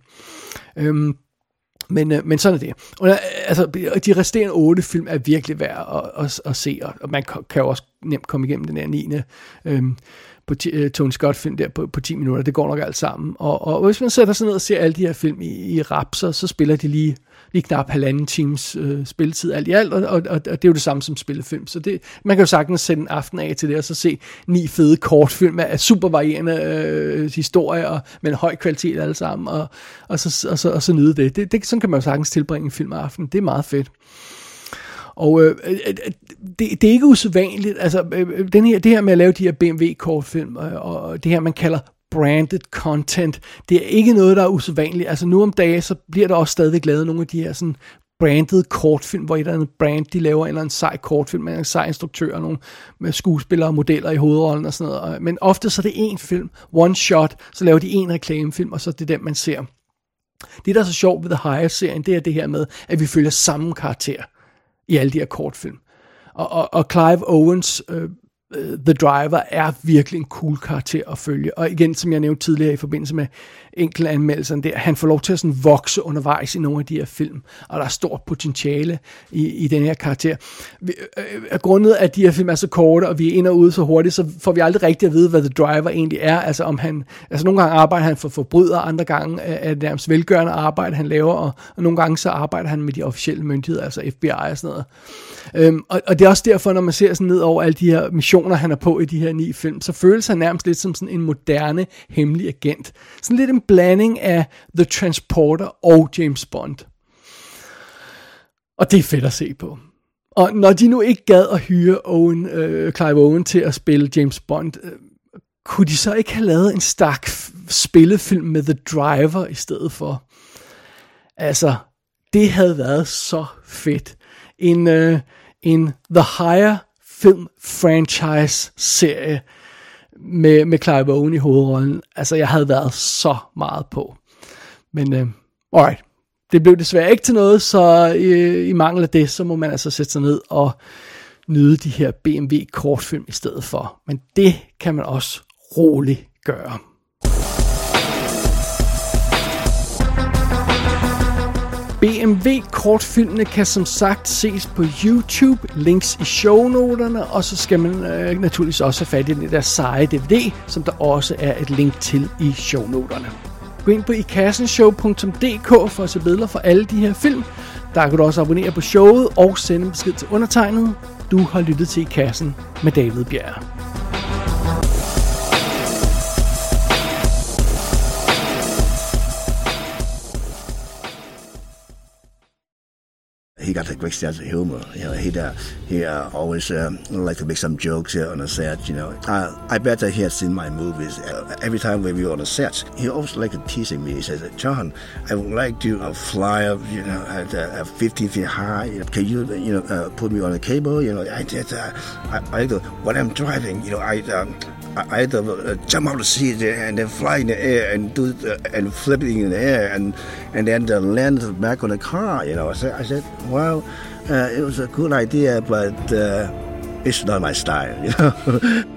Men sådan er det. Og, altså, de resterende 8 film er virkelig værd at se, og man kan jo også nemt komme igennem den her 9. På Tony Scott film der på 10 minutter. Det går nok alt sammen. Og hvis man sætter sig ned og ser alle de her film i rap, så spiller de lige knap 1,5 times spilletid alt i alt, og det er jo det samme som spillefilm. Så man kan jo sagtens sætte en aften af til det, og så se 9 fede kortfilm af super varierende historier, og med en høj kvalitet alle sammen, og så nyde det. Sådan kan man jo sagtens tilbringe en filmaften. Det er meget fedt. Og det er ikke usædvanligt, altså det her med at lave de her BMW-kortfilm, og det her man kalder branded content, det er ikke noget, der er usædvanligt. Altså nu om dagen, så bliver der også stadigvæk lavet nogle af de her sådan branded kortfilm, hvor et eller andet brand, de laver en eller anden sej kortfilm, med en sej instruktør, nogle med skuespillere og modeller i hovedrollen og sådan noget. Men ofte så er det en film, one shot, så laver de en reklamefilm, og så er det den, man ser. Det, der er så sjovt ved The Hire-serien, det er det her med, at vi følger samme karakter i alle de her kortfilm. Og Clive Owens, The Driver, er virkelig en cool karakter at følge. Og igen, som jeg nævnte tidligere i forbindelse med enkelte anmeldelser, der, han får lov til at sådan vokse undervejs i nogle af de her film, og der er stort potentiale i den her karakter. Grundet at de her film er så korte, og vi er ind og ude så hurtigt, så får vi aldrig rigtig at vide, hvad The Driver egentlig er. Altså nogle gange arbejder han for forbrydere, andre gange er det nærmest velgørende arbejde, han laver, og nogle gange så arbejder han med de officielle myndigheder, altså FBI og sådan noget. Og det er også derfor, når man ser sådan ned over alle de her missioner, han er på i de her 9 film, så føles han nærmest lidt som sådan en moderne, hemmelig agent. Sådan lidt en blanding af The Transporter og James Bond. Og det er fedt at se på. Og når de nu ikke gad at hyre Clive Owen til at spille James Bond, kunne de så ikke have lavet en stak spillefilm med The Driver i stedet for? Altså, det havde været så fedt. En The Hire film franchise serie med Clive Owen i hovedrollen. Altså, jeg havde været så meget på. Men, alright. Det blev desværre ikke til noget, så i mangel af det, så må man altså sætte sig ned og nyde de her BMW-kortfilm i stedet for. Men det kan man også roligt gøre. BMW-kortfilmene kan som sagt ses på YouTube, links i shownoterne, og så skal man naturligvis også have fat i den der seje DVD, som der også er et link til i shownoterne. Gå ind på ikassenshow.dk for at se billeder for alle de her film. Der kan du også abonnere på showet og sende besked til undertegnet. Du har lyttet til I Kassen med David Bjerg. He got a great sense of humor. You know, he always like to make some jokes on the set. You know, I bet that he has seen my movies. Every time we were on the set, he always like teasing me. He says, "John, I would like to fly up, you know, at 15 feet high. Can you, put me on a cable? You know, I when I'm driving, you know, I had to jump out of the seat and then fly in the air and flip it in the air and then land back on the car. You know, I said, well, it was a good idea, but it's not my style. You know."